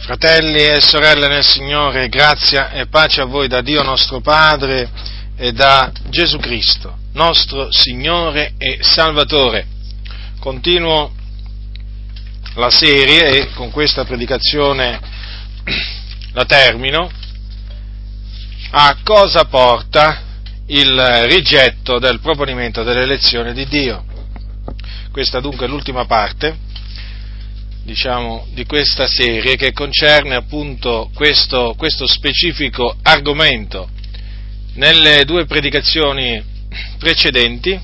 Fratelli e sorelle nel Signore, grazia e pace a voi da Dio nostro Padre e da Gesù Cristo, nostro Signore e Salvatore. Continuo la serie e con questa predicazione la termino. A cosa porta il rigetto del proponimento dell'elezione di Dio? Questa dunque è l'ultima parte, di questa serie che concerne appunto questo specifico argomento. Nelle due predicazioni precedenti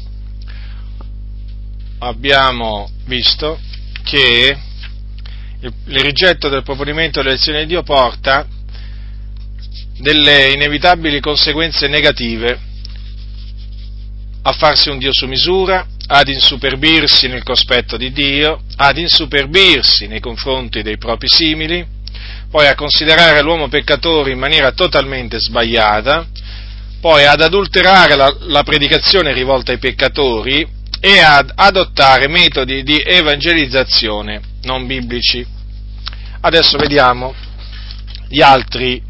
abbiamo visto che il rigetto del proponimento dell'elezione di Dio porta delle inevitabili conseguenze negative: a farsi un Dio su misura, ad insuperbirsi nel cospetto di Dio, ad insuperbirsi nei confronti dei propri simili, poi a considerare l'uomo peccatore in maniera totalmente sbagliata, poi ad adulterare la predicazione rivolta ai peccatori e ad adottare metodi di evangelizzazione non biblici. Adesso vediamo gli altri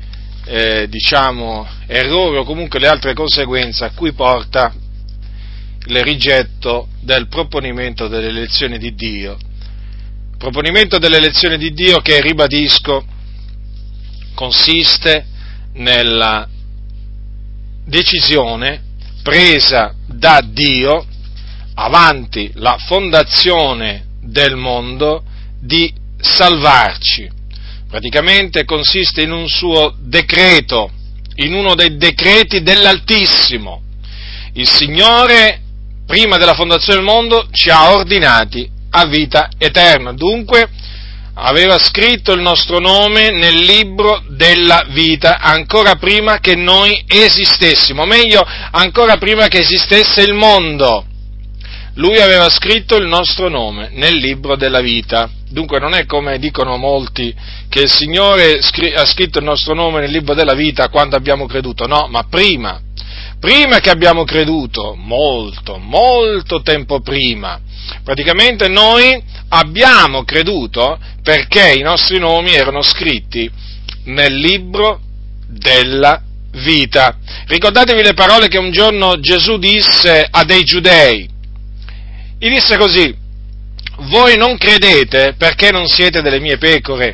errori o comunque le altre conseguenze a cui porta il rigetto del proponimento dell'elezione di Dio. Proponimento dell'elezione di Dio che, ribadisco, consiste nella decisione presa da Dio avanti la fondazione del mondo di salvarci. Praticamente consiste in un suo decreto, in uno dei decreti dell'Altissimo. Il Signore, prima della fondazione del mondo, ci ha ordinati a vita eterna. Dunque, aveva scritto il nostro nome nel libro della vita ancora prima che noi esistessimo, meglio, ancora prima che esistesse il mondo. Lui aveva scritto il nostro nome nel libro della vita. Dunque non è come dicono molti che il Signore ha scritto il nostro nome nel libro della vita quando abbiamo creduto. No, ma prima che abbiamo creduto, molto tempo prima. Praticamente noi abbiamo creduto perché i nostri nomi erano scritti nel libro della vita. Ricordatevi le parole che un giorno Gesù disse a dei giudei. Gli disse così: voi non credete perché non siete delle mie pecore.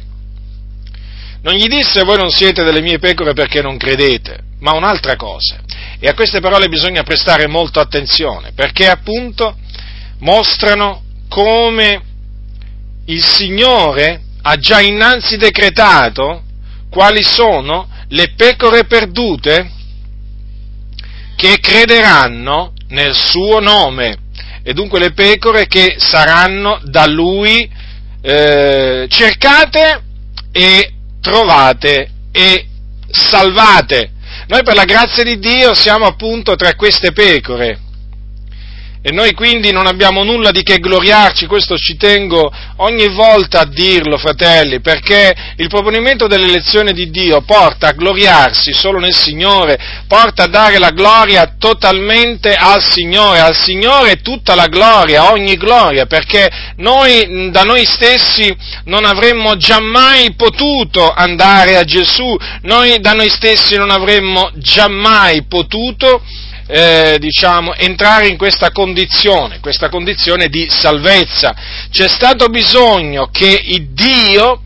Non gli disse voi non siete delle mie pecore perché non credete, ma un'altra cosa. E a queste parole bisogna prestare molta attenzione, perché appunto mostrano come il Signore ha già innanzi decretato quali sono le pecore perdute che crederanno nel suo nome, e dunque le pecore che saranno da Lui cercate e trovate e salvate. Noi per la grazia di Dio siamo appunto tra queste pecore. E noi quindi non abbiamo nulla di che gloriarci, questo ci tengo ogni volta a dirlo, fratelli, perché il proponimento dell'elezione di Dio porta a gloriarsi solo nel Signore, porta a dare la gloria totalmente al Signore tutta la gloria, ogni gloria, perché noi da noi stessi non avremmo giammai potuto andare a Gesù, noi da noi stessi non avremmo giammai potuto entrare in questa condizione di salvezza. C'è stato bisogno che il Dio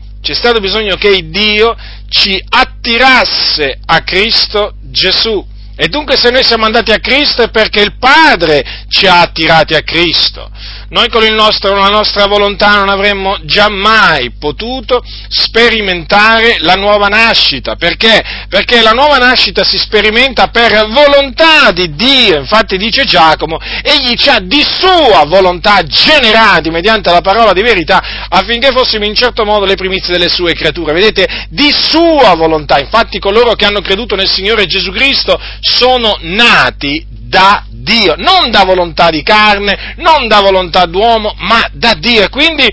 ci attirasse a Cristo Gesù. E dunque se noi siamo andati a Cristo è perché il Padre ci ha attirati a Cristo. Noi con la nostra volontà non avremmo giammai potuto sperimentare la nuova nascita. Perché? Perché la nuova nascita si sperimenta per volontà di Dio. Infatti dice Giacomo, egli ci ha di sua volontà generati mediante la parola di verità affinché fossimo in certo modo le primizie delle sue creature. Vedete? Di sua volontà. Infatti coloro che hanno creduto nel Signore Gesù Cristo sono nati da Dio, non da volontà di carne, non da volontà d'uomo, ma da Dio. E quindi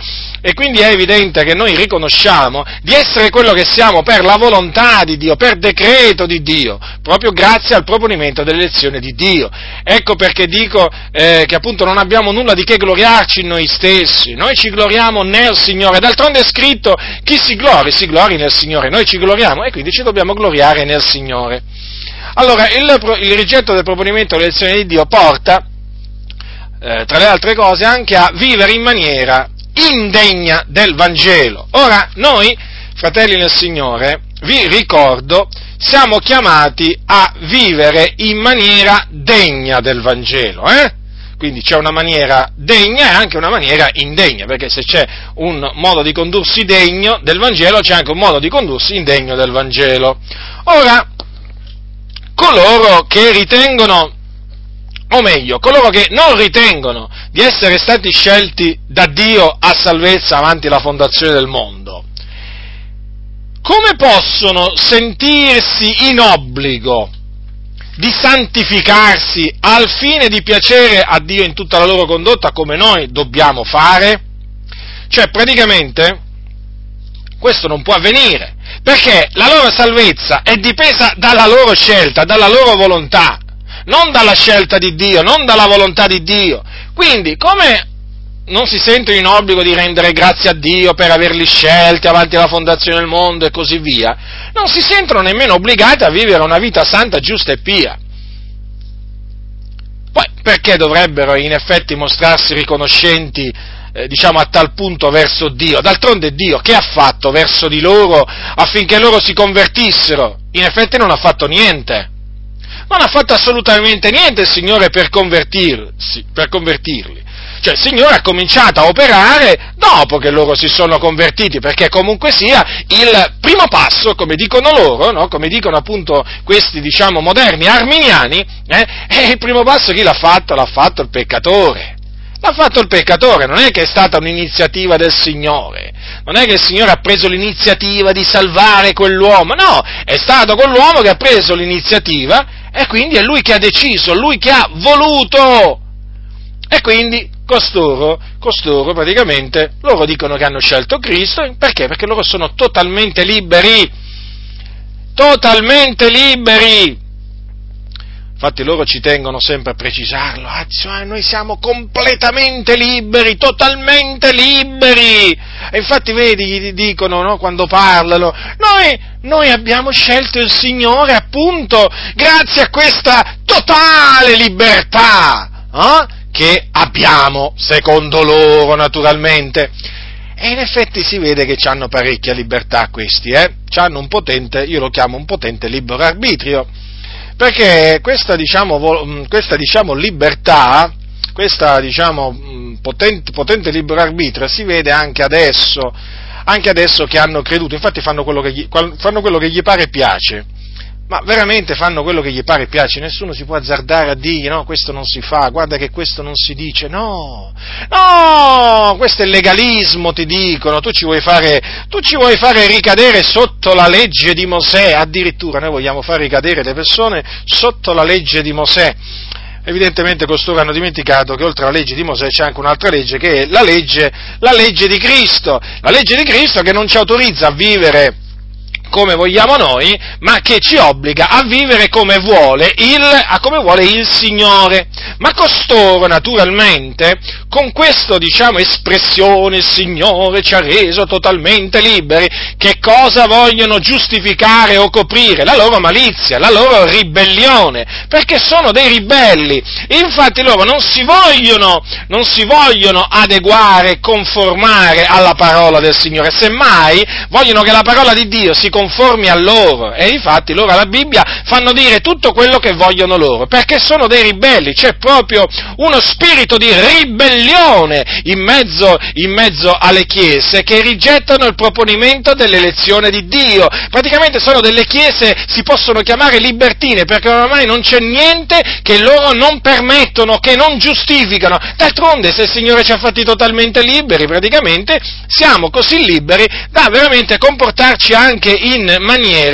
E quindi è evidente che noi riconosciamo di essere quello che siamo per la volontà di Dio, per decreto di Dio, proprio grazie al proponimento dell'elezione di Dio. Ecco perché dico che appunto non abbiamo nulla di che gloriarci in noi stessi, noi ci gloriamo nel Signore. D'altronde è scritto: chi si glori nel Signore. Noi ci gloriamo e quindi ci dobbiamo gloriare nel Signore. Allora, il rigetto del proponimento dell'elezione di Dio porta, tra le altre cose, anche a vivere in maniera indegna del Vangelo. Ora, noi, fratelli nel Signore, vi ricordo, siamo chiamati a vivere in maniera degna del Vangelo, Quindi c'è una maniera degna e anche una maniera indegna, perché se c'è un modo di condursi degno del Vangelo, c'è anche un modo di condursi indegno del Vangelo. Ora, coloro che ritengono, o meglio, coloro che non ritengono di essere stati scelti da Dio a salvezza avanti la fondazione del mondo, come possono sentirsi in obbligo di santificarsi al fine di piacere a Dio in tutta la loro condotta, come noi dobbiamo fare? Cioè, praticamente, questo non può avvenire, perché la loro salvezza è dipesa dalla loro scelta, dalla loro volontà, non dalla scelta di Dio, non dalla volontà di Dio. Quindi, come non si sentono in obbligo di rendere grazie a Dio per averli scelti avanti alla fondazione del mondo e così via, non si sentono nemmeno obbligati a vivere una vita santa, giusta e pia. Poi, perché dovrebbero in effetti mostrarsi riconoscenti, a tal punto verso Dio? D'altronde Dio che ha fatto verso di loro affinché loro si convertissero? In effetti non ha fatto niente. Non ha fatto assolutamente niente il Signore per convertirli. Cioè il Signore ha cominciato a operare dopo che loro si sono convertiti, perché comunque sia il primo passo, come dicono loro, no? Come dicono appunto questi, moderni arminiani, il primo passo chi l'ha fatto? L'ha fatto il peccatore. L'ha fatto il peccatore, non è che è stata un'iniziativa del Signore, non è che il Signore ha preso l'iniziativa di salvare quell'uomo, no, è stato quell'uomo che ha preso l'iniziativa e quindi è lui che ha deciso, lui che ha voluto. E quindi costoro praticamente, loro dicono che hanno scelto Cristo, perché? Perché loro sono totalmente liberi. Infatti loro ci tengono sempre a precisarlo, noi siamo completamente liberi, totalmente liberi. E infatti vedi, gli dicono, no, quando parlano, noi abbiamo scelto il Signore appunto grazie a questa totale libertà, che abbiamo, secondo loro naturalmente. E in effetti si vede che hanno parecchia libertà questi, C'hanno un potente, io lo chiamo un potente libero arbitrio, perché questa libertà, potente libero arbitrio si vede anche adesso che hanno creduto, infatti fanno quello che gli pare e piace. Ma veramente fanno quello che gli pare e piace, nessuno si può azzardare a dire, no, questo non si fa, guarda che questo non si dice, no, questo è legalismo, ti dicono, tu ci vuoi fare ricadere sotto la legge di Mosè, addirittura noi vogliamo far ricadere le persone sotto la legge di Mosè. Evidentemente costoro hanno dimenticato che oltre alla legge di Mosè c'è anche un'altra legge, che è la legge di Cristo che non ci autorizza a vivere come vogliamo noi, ma che ci obbliga a vivere come vuole il Signore. Ma costoro, naturalmente, con questa, espressione, il Signore ci ha reso totalmente liberi, che cosa vogliono giustificare o coprire? La loro malizia, la loro ribellione, perché sono dei ribelli. Infatti loro non si vogliono adeguare, conformare alla parola del Signore, semmai vogliono che la parola di Dio si conformi a loro, e infatti loro alla Bibbia fanno dire tutto quello che vogliono loro, perché sono dei ribelli, c'è proprio uno spirito di ribellione in mezzo alle chiese che rigettano il proponimento dell'elezione di Dio. Praticamente sono delle chiese, si possono chiamare libertine, perché oramai non c'è niente che loro non permettono, che non giustificano. D'altronde, se il Signore ci ha fatti totalmente liberi, praticamente siamo così liberi da veramente comportarci anche in maniera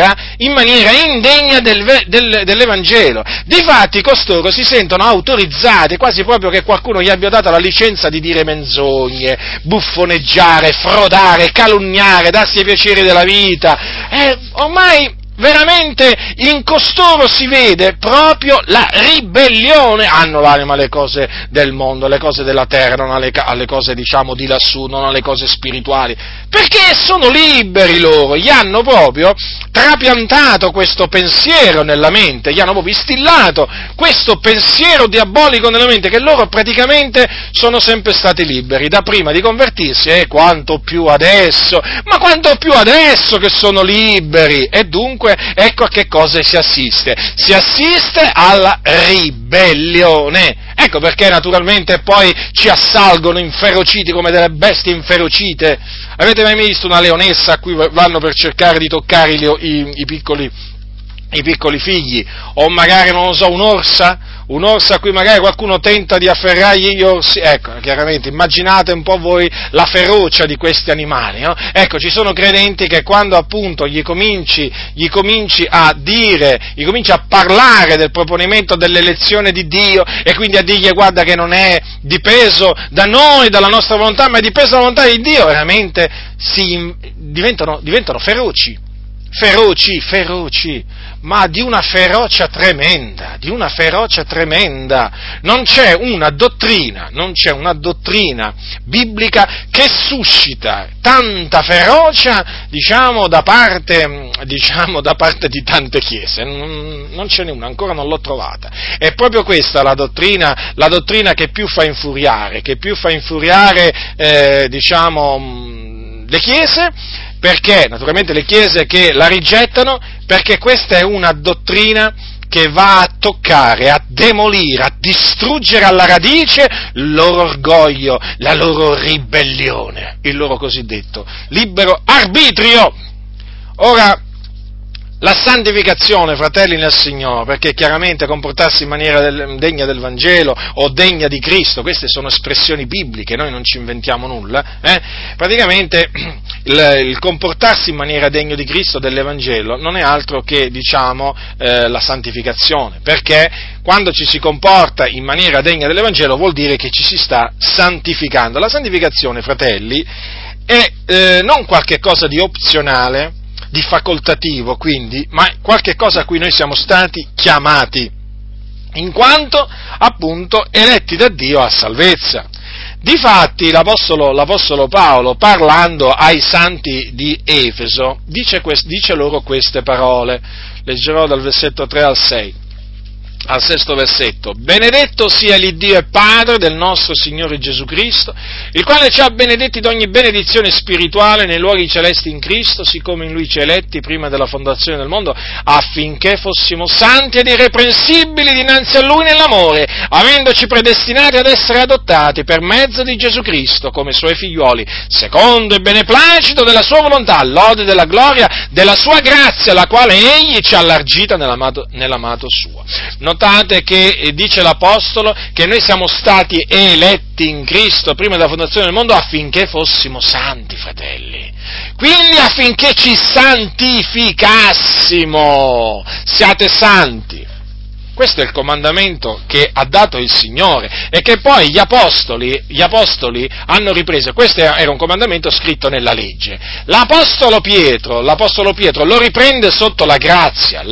in maniera indegna dell'Evangelo. Difatti costoro si sentono autorizzati, quasi proprio che qualcuno gli abbia dato la licenza di dire menzogne, buffoneggiare, frodare, calunniare, darsi i piaceri della vita. Ormai veramente in costoro si vede proprio la ribellione. Hanno l'anima alle cose del mondo, alle cose della terra, non alle cose, diciamo, di lassù, non alle cose spirituali, perché sono liberi loro, gli hanno proprio trapiantato questo pensiero nella mente, gli hanno proprio instillato questo pensiero diabolico nella mente, che loro praticamente sono sempre stati liberi, da prima di convertirsi, quanto più adesso che sono liberi, e dunque ecco a che cosa si assiste. Si assiste alla ribellione. Ecco perché naturalmente poi ci assalgono inferociti come delle bestie inferocite. Avete mai visto una leonessa a cui vanno per cercare di toccare i piccoli figli? O magari, non lo so, un'orsa a cui magari qualcuno tenta di afferrargli gli orsi. Ecco, chiaramente, immaginate un po' voi la ferocia di questi animali, no? Ecco, ci sono credenti che quando appunto gli cominci a parlare del proponimento dell'elezione di Dio, e quindi a dirgli: guarda che non è dipeso da noi, dalla nostra volontà, ma è dipeso dalla volontà di Dio, veramente diventano feroci, ma di una ferocia tremenda. Non c'è una dottrina biblica che suscita tanta ferocia, diciamo, da parte di tante chiese. Non ce n'è una, ancora non l'ho trovata. È proprio questa la dottrina che più fa infuriare, le chiese, perché naturalmente le chiese che la rigettano, perché questa è una dottrina che va a toccare, a demolire, a distruggere alla radice il loro orgoglio, la loro ribellione, il loro cosiddetto libero arbitrio. Ora, la santificazione, fratelli nel Signore, perché chiaramente comportarsi in maniera degna del Vangelo o degna di Cristo, queste sono espressioni bibliche, noi non ci inventiamo nulla, praticamente il comportarsi in maniera degna di Cristo dell'Evangelo non è altro che, la santificazione, perché quando ci si comporta in maniera degna dell'Evangelo vuol dire che ci si sta santificando. La santificazione, fratelli, è non qualche cosa di opzionale, di facoltativo, quindi, ma qualche cosa a cui noi siamo stati chiamati, in quanto appunto eletti da Dio a salvezza. Difatti l'Apostolo Paolo, parlando ai santi di Efeso, dice loro queste parole. Leggerò dal versetto 3 al 6. Al sesto versetto: benedetto sia l'Iddio e Padre del nostro Signore Gesù Cristo, il quale ci ha benedetti d'ogni benedizione spirituale nei luoghi celesti in Cristo, siccome in Lui ci ha eletti prima della fondazione del mondo, affinché fossimo santi ed irreprensibili dinanzi a Lui nell'amore, avendoci predestinati ad essere adottati per mezzo di Gesù Cristo come Suoi figliuoli, secondo il beneplacito della Sua volontà, all'ode della gloria della Sua grazia, la quale Egli ci ha allargita nell'amato Suo. Notate che dice l'Apostolo che noi siamo stati eletti in Cristo prima della fondazione del mondo affinché fossimo santi, fratelli. Quindi affinché ci santificassimo. Siate santi. Questo è il comandamento che ha dato il Signore e che poi gli apostoli hanno ripreso. Questo era un comandamento scritto nella legge. L'Apostolo Pietro lo riprende sotto la grazia.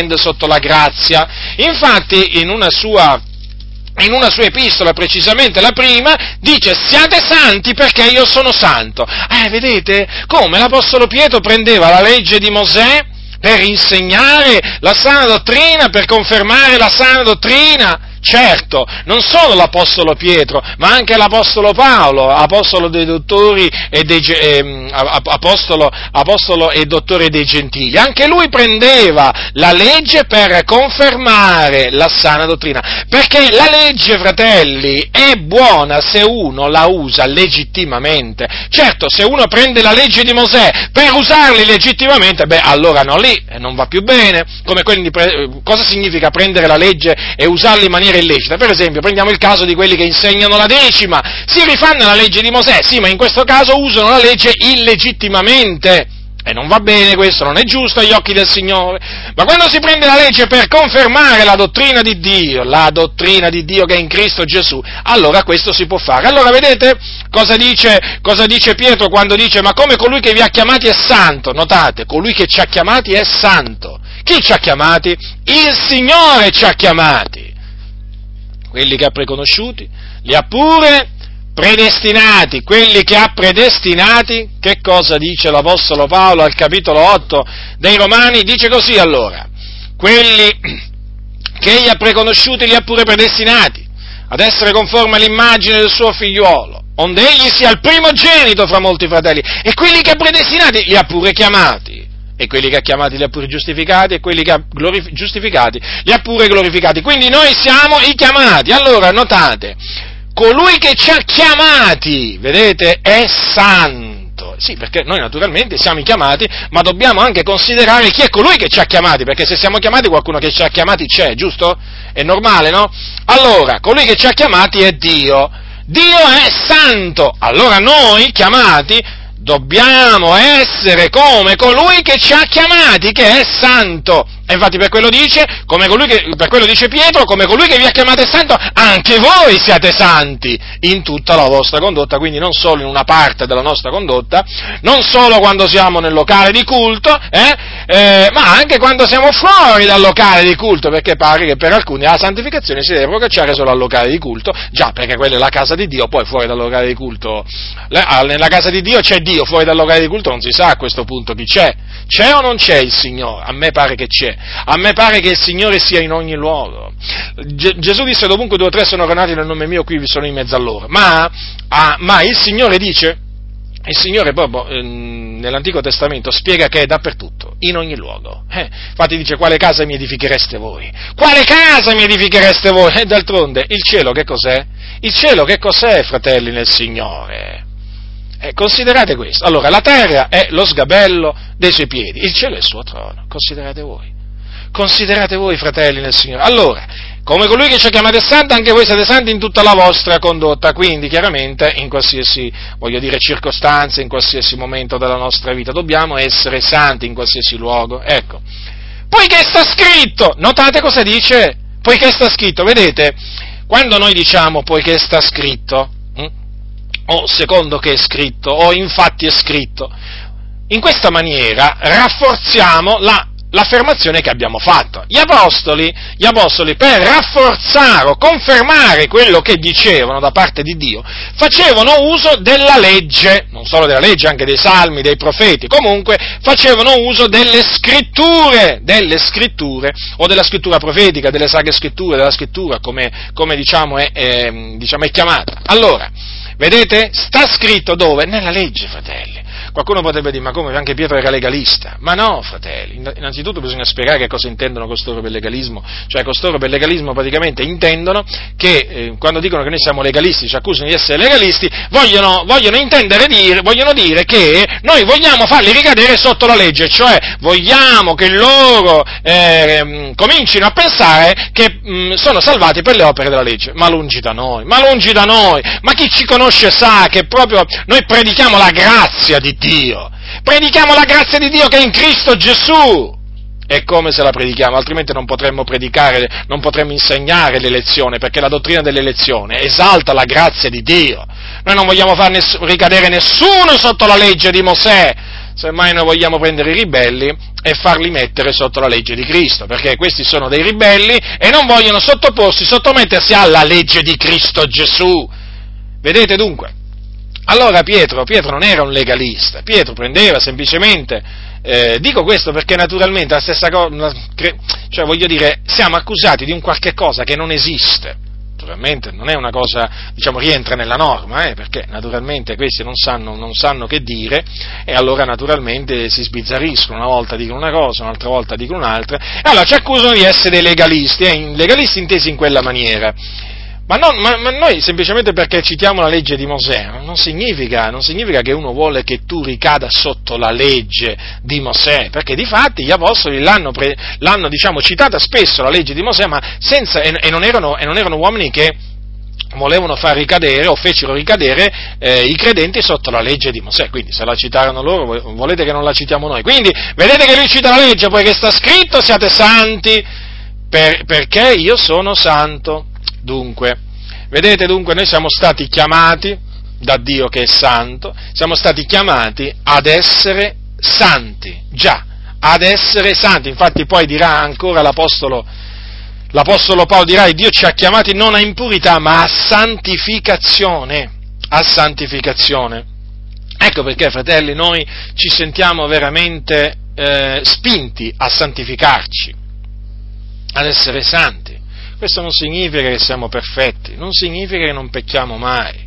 Infatti in una sua epistola, precisamente la prima, dice: siate santi perché io sono santo. Vedete come l'Apostolo Pietro prendeva la legge di Mosè per insegnare la sana dottrina, per confermare la sana dottrina. Certo, non solo l'Apostolo Pietro, ma anche l'Apostolo Paolo, apostolo e dottore dei Gentili. Anche lui prendeva la legge per confermare la sana dottrina, perché la legge, fratelli, è buona se uno la usa legittimamente. Certo, se uno prende la legge di Mosè per usarla legittimamente, allora no, lì non va più bene. Come cosa significa prendere la legge e usarla in maniera illecita? Per esempio, prendiamo il caso di quelli che insegnano la decima, si rifanno alla legge di Mosè, sì, ma in questo caso usano la legge illegittimamente. E non va bene questo, non è giusto agli occhi del Signore. Ma quando si prende la legge per confermare la dottrina di Dio che è in Cristo Gesù, allora questo si può fare. Allora vedete cosa dice Pietro quando dice: ma come colui che vi ha chiamati è santo? Notate, colui che ci ha chiamati è santo. Chi ci ha chiamati? Il Signore ci ha chiamati. Quelli che ha preconosciuti li ha pure predestinati. Quelli che ha predestinati, che cosa dice l'Apostolo Paolo al capitolo 8 dei Romani? Dice così allora: quelli che egli ha preconosciuti li ha pure predestinati ad essere conformi all'immagine del suo figliuolo, onde egli sia il primogenito fra molti fratelli. E quelli che ha predestinati li ha pure chiamati, e quelli che ha chiamati li ha pure giustificati, e quelli che ha giustificati li ha pure glorificati. Quindi noi siamo i chiamati. Allora notate, colui che ci ha chiamati, vedete, è santo. Sì, perché noi naturalmente siamo i chiamati, ma dobbiamo anche considerare chi è colui che ci ha chiamati, perché se siamo chiamati qualcuno che ci ha chiamati c'è, giusto? È normale, no? Allora, colui che ci ha chiamati è Dio. Dio è santo. Allora noi, chiamati, dobbiamo essere come colui che ci ha chiamati, che è santo. E infatti per quello dice Pietro, come colui che vi ha chiamato è santo, anche voi siate santi in tutta la vostra condotta, quindi non solo in una parte della nostra condotta, non solo quando siamo nel locale di culto, ma anche quando siamo fuori dal locale di culto, perché pare che per alcuni la santificazione si deve procacciare solo al locale di culto, già, perché quella è la casa di Dio, poi fuori dal locale di culto, nella casa di Dio c'è Dio, fuori dal locale di culto non si sa a questo punto chi c'è. C'è o non c'è il Signore? A me pare che c'è. A me pare che il Signore sia in ogni luogo. Gesù disse: dovunque 2 o 3 sono radunati nel nome mio, qui vi sono in mezzo a loro. Ma il Signore dice, il Signore proprio nell'Antico Testamento spiega che è dappertutto, in ogni luogo. Infatti dice: quale casa mi edifichereste voi? Quale casa mi edifichereste voi? E d'altronde il cielo che cos'è? Il cielo che cos'è, fratelli nel Signore? Considerate questo. Allora, la terra è lo sgabello dei suoi piedi, il cielo è il suo trono. Considerate voi, fratelli nel Signore. Allora, come colui che ci ha chiamati è santo, anche voi siete santi in tutta la vostra condotta, quindi chiaramente in qualsiasi, circostanza, in qualsiasi momento della nostra vita, dobbiamo essere santi in qualsiasi luogo. Ecco. Poiché sta scritto, notate cosa dice? Poiché sta scritto, vedete, quando noi diciamo poiché sta scritto, o secondo che è scritto, o infatti è scritto, in questa maniera rafforziamo l'affermazione che abbiamo fatto. Gli apostoli per rafforzare o confermare quello che dicevano da parte di Dio, facevano uso della legge, non solo della legge, anche dei salmi, dei profeti, comunque facevano uso delle scritture, o della scrittura profetica, delle sacre scritture, della scrittura, come è chiamata. Allora, vedete? Sta scritto dove? Nella legge, fratelli. Qualcuno potrebbe dire: ma come, anche Pietro era legalista? Ma no, fratelli, innanzitutto bisogna spiegare che cosa intendono costoro per legalismo. Cioè, costoro per legalismo praticamente intendono che, quando dicono che noi siamo legalisti, ci accusano di essere legalisti, vogliono dire che noi vogliamo farli ricadere sotto la legge, cioè vogliamo che loro comincino a pensare che sono salvati per le opere della legge. Ma lungi da noi, ma chi ci conosce sa che proprio noi predichiamo la grazia di Dio, predichiamo la grazia di Dio che è in Cristo Gesù. E come se la predichiamo? Altrimenti non potremmo predicare, non potremmo insegnare l'elezione, perché la dottrina dell'elezione esalta la grazia di Dio. Noi non vogliamo far ricadere nessuno sotto la legge di Mosè, semmai noi vogliamo prendere i ribelli e farli mettere sotto la legge di Cristo, perché questi sono dei ribelli e non vogliono sottomettersi alla legge di Cristo Gesù. Vedete dunque? Allora Pietro non era un legalista, Pietro prendeva semplicemente, dico questo perché naturalmente la stessa cosa, siamo accusati di un qualche cosa che non esiste, naturalmente non è una cosa, rientra nella norma, perché naturalmente questi non sanno che dire, e allora naturalmente si sbizzarriscono, una volta dicono una cosa, un'altra volta dicono un'altra, e allora ci accusano di essere dei legalisti, legalisti intesi in quella maniera. Ma noi semplicemente perché citiamo la legge di Mosè non significa che uno vuole che tu ricada sotto la legge di Mosè, perché difatti gli apostoli l'hanno citata spesso la legge di Mosè, ma senza, e non erano uomini che volevano far ricadere, o fecero ricadere i credenti sotto la legge di Mosè. Quindi se la citarono loro, volete che non la citiamo noi? Quindi vedete che lui cita la legge, poiché sta scritto siate santi, perché io sono santo. Dunque, vedete, noi siamo stati chiamati da Dio che è santo, siamo stati chiamati ad essere santi, già, ad essere santi. Infatti poi dirà ancora l'Apostolo Paolo, dirà: Dio ci ha chiamati non a impurità, ma a santificazione, a santificazione. Ecco perché, fratelli, noi ci sentiamo veramente spinti a santificarci, ad essere santi. Questo non significa che siamo perfetti, non significa che non pecchiamo mai.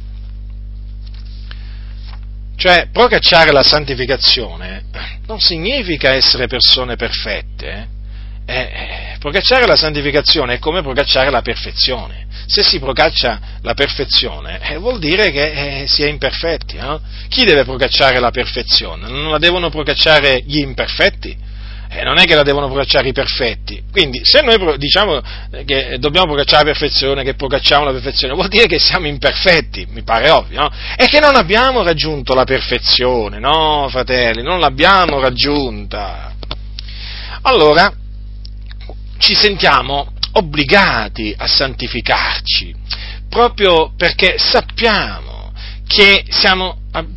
Cioè, procacciare la santificazione non significa essere persone perfette. Procacciare la santificazione è come procacciare la perfezione. Se si procaccia la perfezione, vuol dire che si è imperfetti, no? Chi deve procacciare la perfezione? Non la devono procacciare gli imperfetti? Non è che la devono procacciare i perfetti. Quindi, se noi diciamo che dobbiamo procacciare la perfezione, che procacciamo la perfezione, vuol dire che siamo imperfetti, mi pare ovvio, no? E che non abbiamo raggiunto la perfezione, no, fratelli, non l'abbiamo raggiunta. Allora, ci sentiamo obbligati a santificarci, proprio perché sappiamo che siamo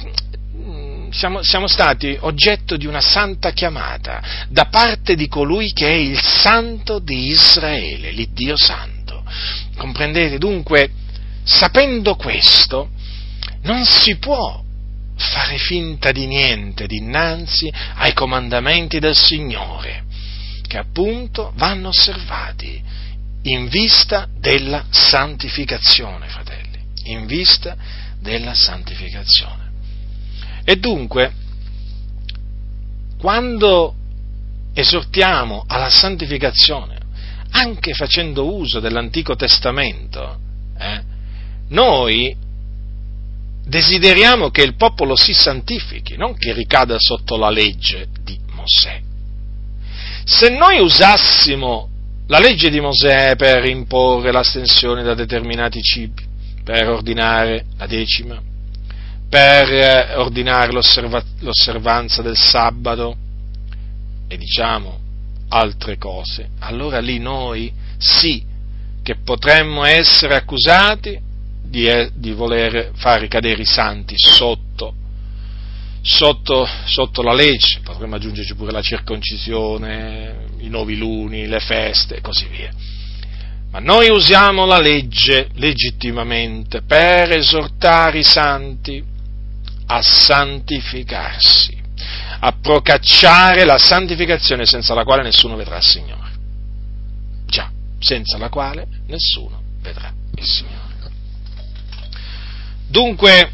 stati oggetto di una santa chiamata da parte di colui che è il Santo di Israele, l'Iddio Santo. Comprendete? Dunque, sapendo questo, non si può fare finta di niente dinanzi ai comandamenti del Signore, che appunto vanno osservati in vista della santificazione, fratelli, in vista della santificazione. E dunque, quando esortiamo alla santificazione, anche facendo uso dell'Antico Testamento, noi desideriamo che il popolo si santifichi, non che ricada sotto la legge di Mosè. Se noi usassimo la legge di Mosè per imporre l'astensione da determinati cibi, per ordinare la decima, per ordinare l'osservanza del sabato e diciamo altre cose, allora lì noi sì che potremmo essere accusati di voler far ricadere i santi sotto la legge. Potremmo aggiungerci pure la circoncisione, i noviluni, le feste e così via. Ma noi usiamo la legge legittimamente per esortare i santi a santificarsi, a procacciare la santificazione senza la quale nessuno vedrà il Signore. Già, senza la quale nessuno vedrà il Signore. Dunque,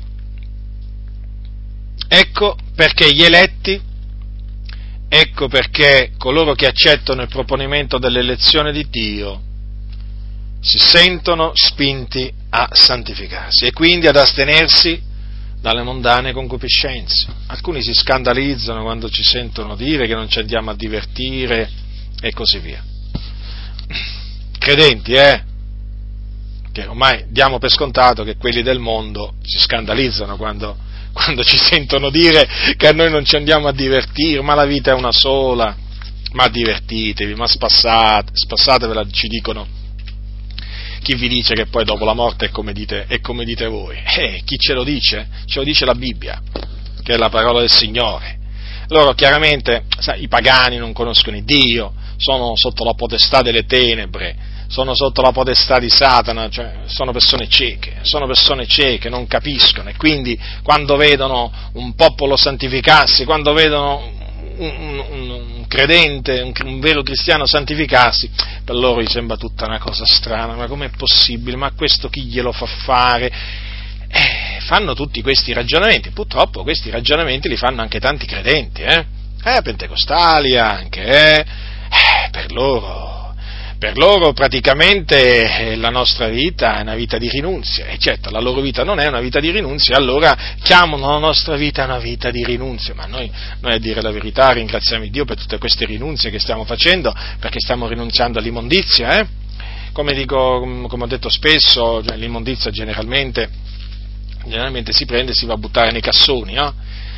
ecco perché gli eletti, ecco perché coloro che accettano il proponimento dell'elezione di Dio si sentono spinti a santificarsi e quindi ad astenersi dalle mondane concupiscenze. Alcuni si scandalizzano quando ci sentono dire che non ci andiamo a divertire e così via. Credenti, che ormai diamo per scontato che quelli del mondo si scandalizzano quando ci sentono dire che a noi non ci andiamo a divertire, ma la vita è una sola, ma divertitevi, ma spassatevela, ci dicono. Chi vi dice che poi dopo la morte è come dite voi? Chi ce lo dice? Ce lo dice la Bibbia, che è la parola del Signore. Loro chiaramente, i pagani non conoscono il Dio, sono sotto la potestà delle tenebre, sono sotto la potestà di Satana, cioè sono persone cieche, non capiscono, e quindi quando vedono un popolo santificarsi, quando vedono un credente, un vero cristiano santificarsi, per loro gli sembra tutta una cosa strana, ma com'è possibile, ma questo chi glielo fa fare? Fanno tutti questi ragionamenti, purtroppo questi ragionamenti li fanno anche tanti credenti, pentecostali anche, per loro praticamente la nostra vita è una vita di rinunzia, e certo la loro vita non è una vita di rinunzia, allora chiamano la nostra vita una vita di rinunzia, ma noi a dire la verità ringraziamo Dio per tutte queste rinunzie che stiamo facendo, perché stiamo rinunziando all'immondizia, come ho detto spesso, cioè, l'immondizia generalmente si prende e si va a buttare nei cassoni, no?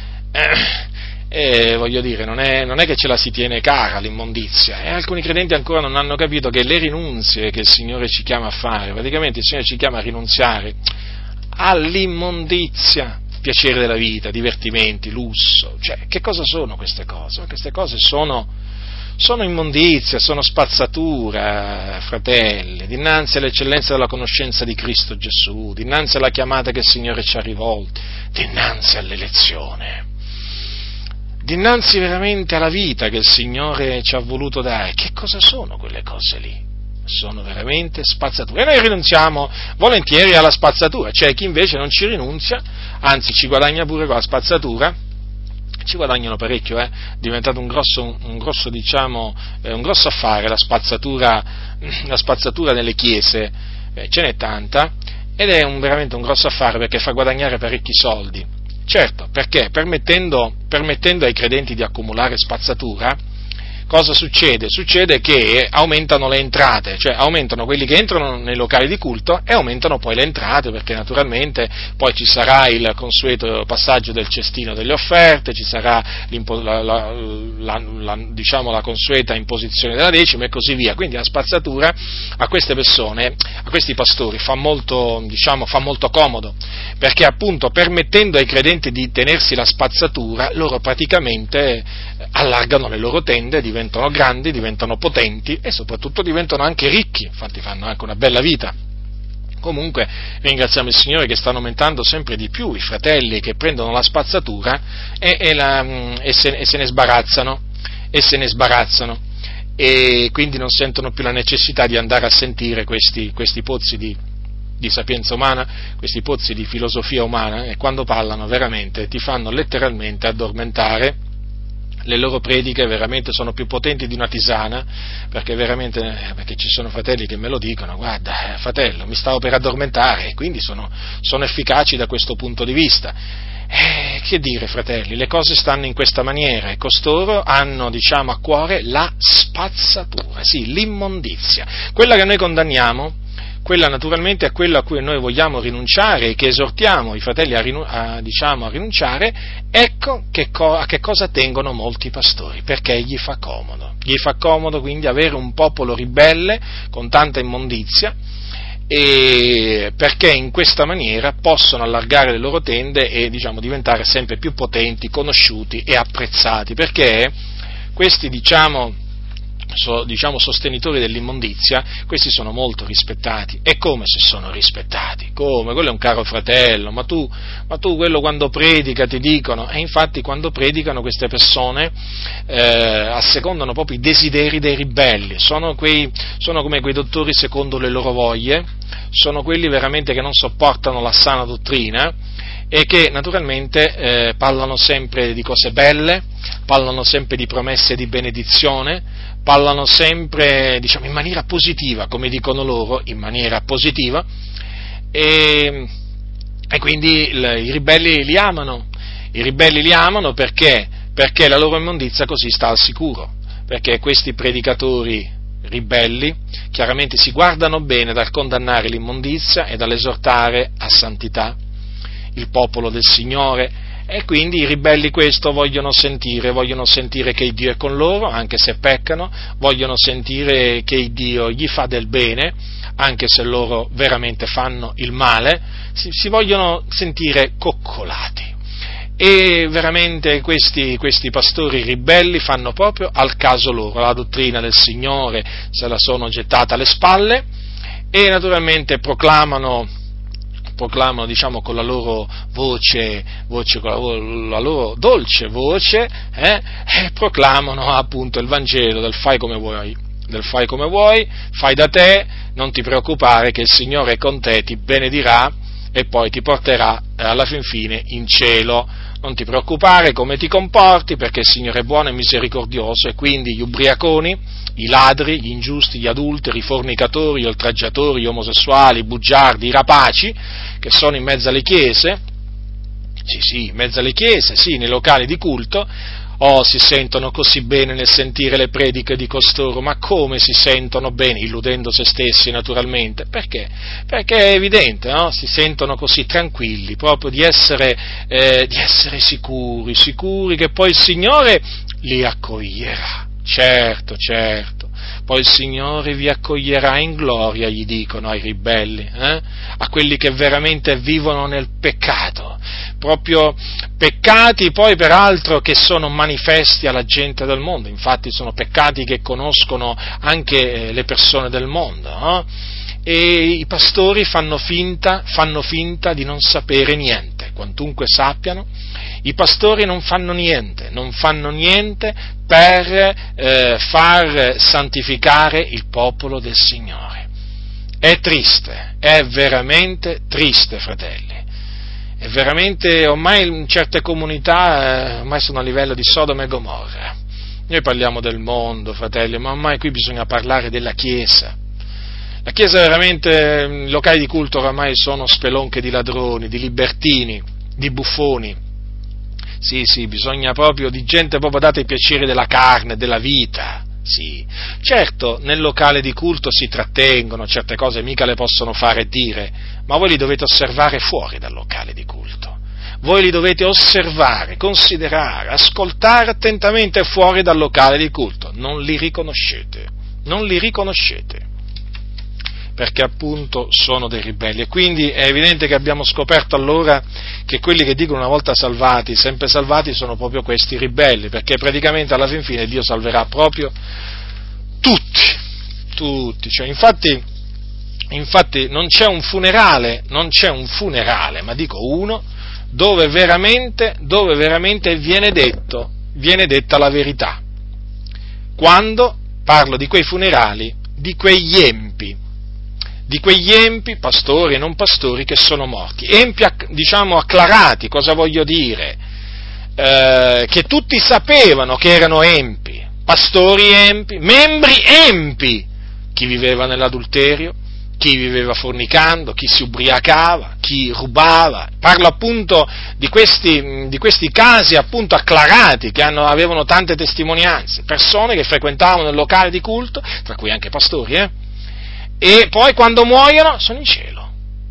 E voglio dire, non è che ce la si tiene cara l'immondizia, e alcuni credenti ancora non hanno capito che le rinunzie che il Signore ci chiama a fare, praticamente il Signore ci chiama a rinunziare all'immondizia, piacere della vita, divertimenti, lusso, cioè che cosa sono queste cose? Queste cose sono immondizia, sono spazzatura, fratelli, dinanzi all'eccellenza della conoscenza di Cristo Gesù, dinanzi alla chiamata che il Signore ci ha rivolto, dinanzi all'elezione, dinanzi veramente alla vita che il Signore ci ha voluto dare. Che cosa sono quelle cose lì? Sono veramente spazzature. E noi rinunziamo volentieri alla spazzatura, c'è chi invece non ci rinunzia, anzi ci guadagna pure con la spazzatura. Ci guadagnano parecchio, è diventato un grosso affare la spazzatura nelle chiese, ce n'è tanta, ed è veramente un grosso affare perché fa guadagnare parecchi soldi. Certo, perché permettendo ai credenti di accumulare spazzatura, cosa succede? Succede che aumentano le entrate, cioè aumentano quelli che entrano nei locali di culto e aumentano poi le entrate, perché naturalmente poi ci sarà il consueto passaggio del cestino delle offerte, ci sarà la consueta imposizione della decima e così via. Quindi la spazzatura a queste persone, a questi pastori fa molto comodo, perché appunto permettendo ai credenti di tenersi la spazzatura, loro praticamente allargano le loro tende, diventano grandi, diventano potenti e soprattutto diventano anche ricchi, infatti fanno anche una bella vita. Comunque ringraziamo il Signore che stanno aumentando sempre di più i fratelli che prendono la spazzatura e se ne sbarazzano, e quindi non sentono più la necessità di andare a sentire questi pozzi di sapienza umana, questi pozzi di filosofia umana, e quando parlano veramente ti fanno letteralmente addormentare. Le loro prediche veramente sono più potenti di una tisana, perché ci sono fratelli che me lo dicono: guarda fratello, mi stavo per addormentare, e quindi sono efficaci da questo punto di vista. Che dire, fratelli, le cose stanno in questa maniera, e costoro hanno, a cuore la spazzatura, sì, l'immondizia, quella che noi condanniamo. Quella naturalmente è quella a cui noi vogliamo rinunciare e che esortiamo i fratelli a rinunciare. Ecco a che cosa tengono molti pastori, perché gli fa comodo quindi avere un popolo ribelle con tanta immondizia, e perché in questa maniera possono allargare le loro tende e diventare sempre più potenti, conosciuti e apprezzati, perché questi sostenitori dell'immondizia, questi sono molto rispettati. E come se sono rispettati? Come? Quello è un caro fratello, ma tu quello quando predica ti dicono, e infatti quando predicano queste persone assecondano proprio i desideri dei ribelli, sono come quei dottori secondo le loro voglie, sono quelli veramente che non sopportano la sana dottrina e che naturalmente parlano sempre di cose belle, parlano sempre di promesse di benedizione, parlano sempre, in maniera positiva, come dicono loro, in maniera positiva, e quindi i ribelli li amano perché la loro immondizia così sta al sicuro, perché questi predicatori ribelli chiaramente si guardano bene dal condannare l'immondizia e dall'esortare a santità il popolo del Signore. E quindi i ribelli questo vogliono sentire che Dio è con loro, anche se peccano, vogliono sentire che Dio gli fa del bene, anche se loro veramente fanno il male, si vogliono sentire coccolati. E veramente questi pastori ribelli fanno proprio al caso loro, la dottrina del Signore se la sono gettata alle spalle, e naturalmente proclamano con la loro voce con la loro dolce voce, proclamano appunto il Vangelo del fai come vuoi, fai da te, non ti preoccupare che il Signore è con te, ti benedirà e poi ti porterà alla fin fine in cielo. Non ti preoccupare come ti comporti, perché il Signore è buono e misericordioso, e quindi gli ubriaconi, i ladri, gli ingiusti, gli adulteri, i fornicatori, gli oltraggiatori, gli omosessuali, i bugiardi, i rapaci, che sono in mezzo alle chiese, in mezzo alle chiese, nei locali di culto, Oh, si sentono così bene nel sentire le prediche di costoro, ma come si sentono bene, illudendo se stessi naturalmente, perché? Perché è evidente, no? Si sentono così tranquilli, proprio di essere sicuri che poi il Signore li accoglierà, certo, poi il Signore vi accoglierà in gloria, gli dicono ai ribelli, a quelli che veramente vivono nel peccato, proprio peccati poi peraltro che sono manifesti alla gente del mondo, infatti sono peccati che conoscono anche le persone del mondo, no? E i pastori fanno finta di non sapere niente, quantunque sappiano. I pastori non fanno niente per far santificare il popolo del Signore. È triste, è veramente triste, fratelli. È veramente, ormai in certe comunità ormai sono a livello di Sodoma e Gomorra. Noi parliamo del mondo, fratelli, ma ormai qui bisogna parlare della Chiesa. La Chiesa veramente, i locali di culto ormai sono spelonche di ladroni, di libertini, di buffoni. Sì, bisogna proprio di gente proprio data ai piaceri della carne, della vita. Sì, certo, nel locale di culto si trattengono, certe cose mica le possono fare e dire, ma voi li dovete osservare fuori dal locale di culto. Voi li dovete osservare, considerare, ascoltare attentamente fuori dal locale di culto. Non li riconoscete, perché appunto sono dei ribelli, e quindi è evidente che abbiamo scoperto allora che quelli che dicono una volta salvati, sempre salvati, sono proprio questi ribelli, perché praticamente alla fin fine Dio salverà proprio tutti, cioè infatti non c'è un funerale, ma dico uno, dove veramente viene detta la verità. Quando parlo di quei funerali, di quegli empi, pastori e non pastori, che sono morti. Empi, diciamo, acclarati, cosa voglio dire? Che tutti sapevano che erano empi, pastori empi, membri empi, chi viveva nell'adulterio, chi viveva fornicando, chi si ubriacava, chi rubava. Parlo appunto di questi casi appunto acclarati, che avevano tante testimonianze, persone che frequentavano il locale di culto, tra cui anche pastori, e poi quando muoiono sono in cielo.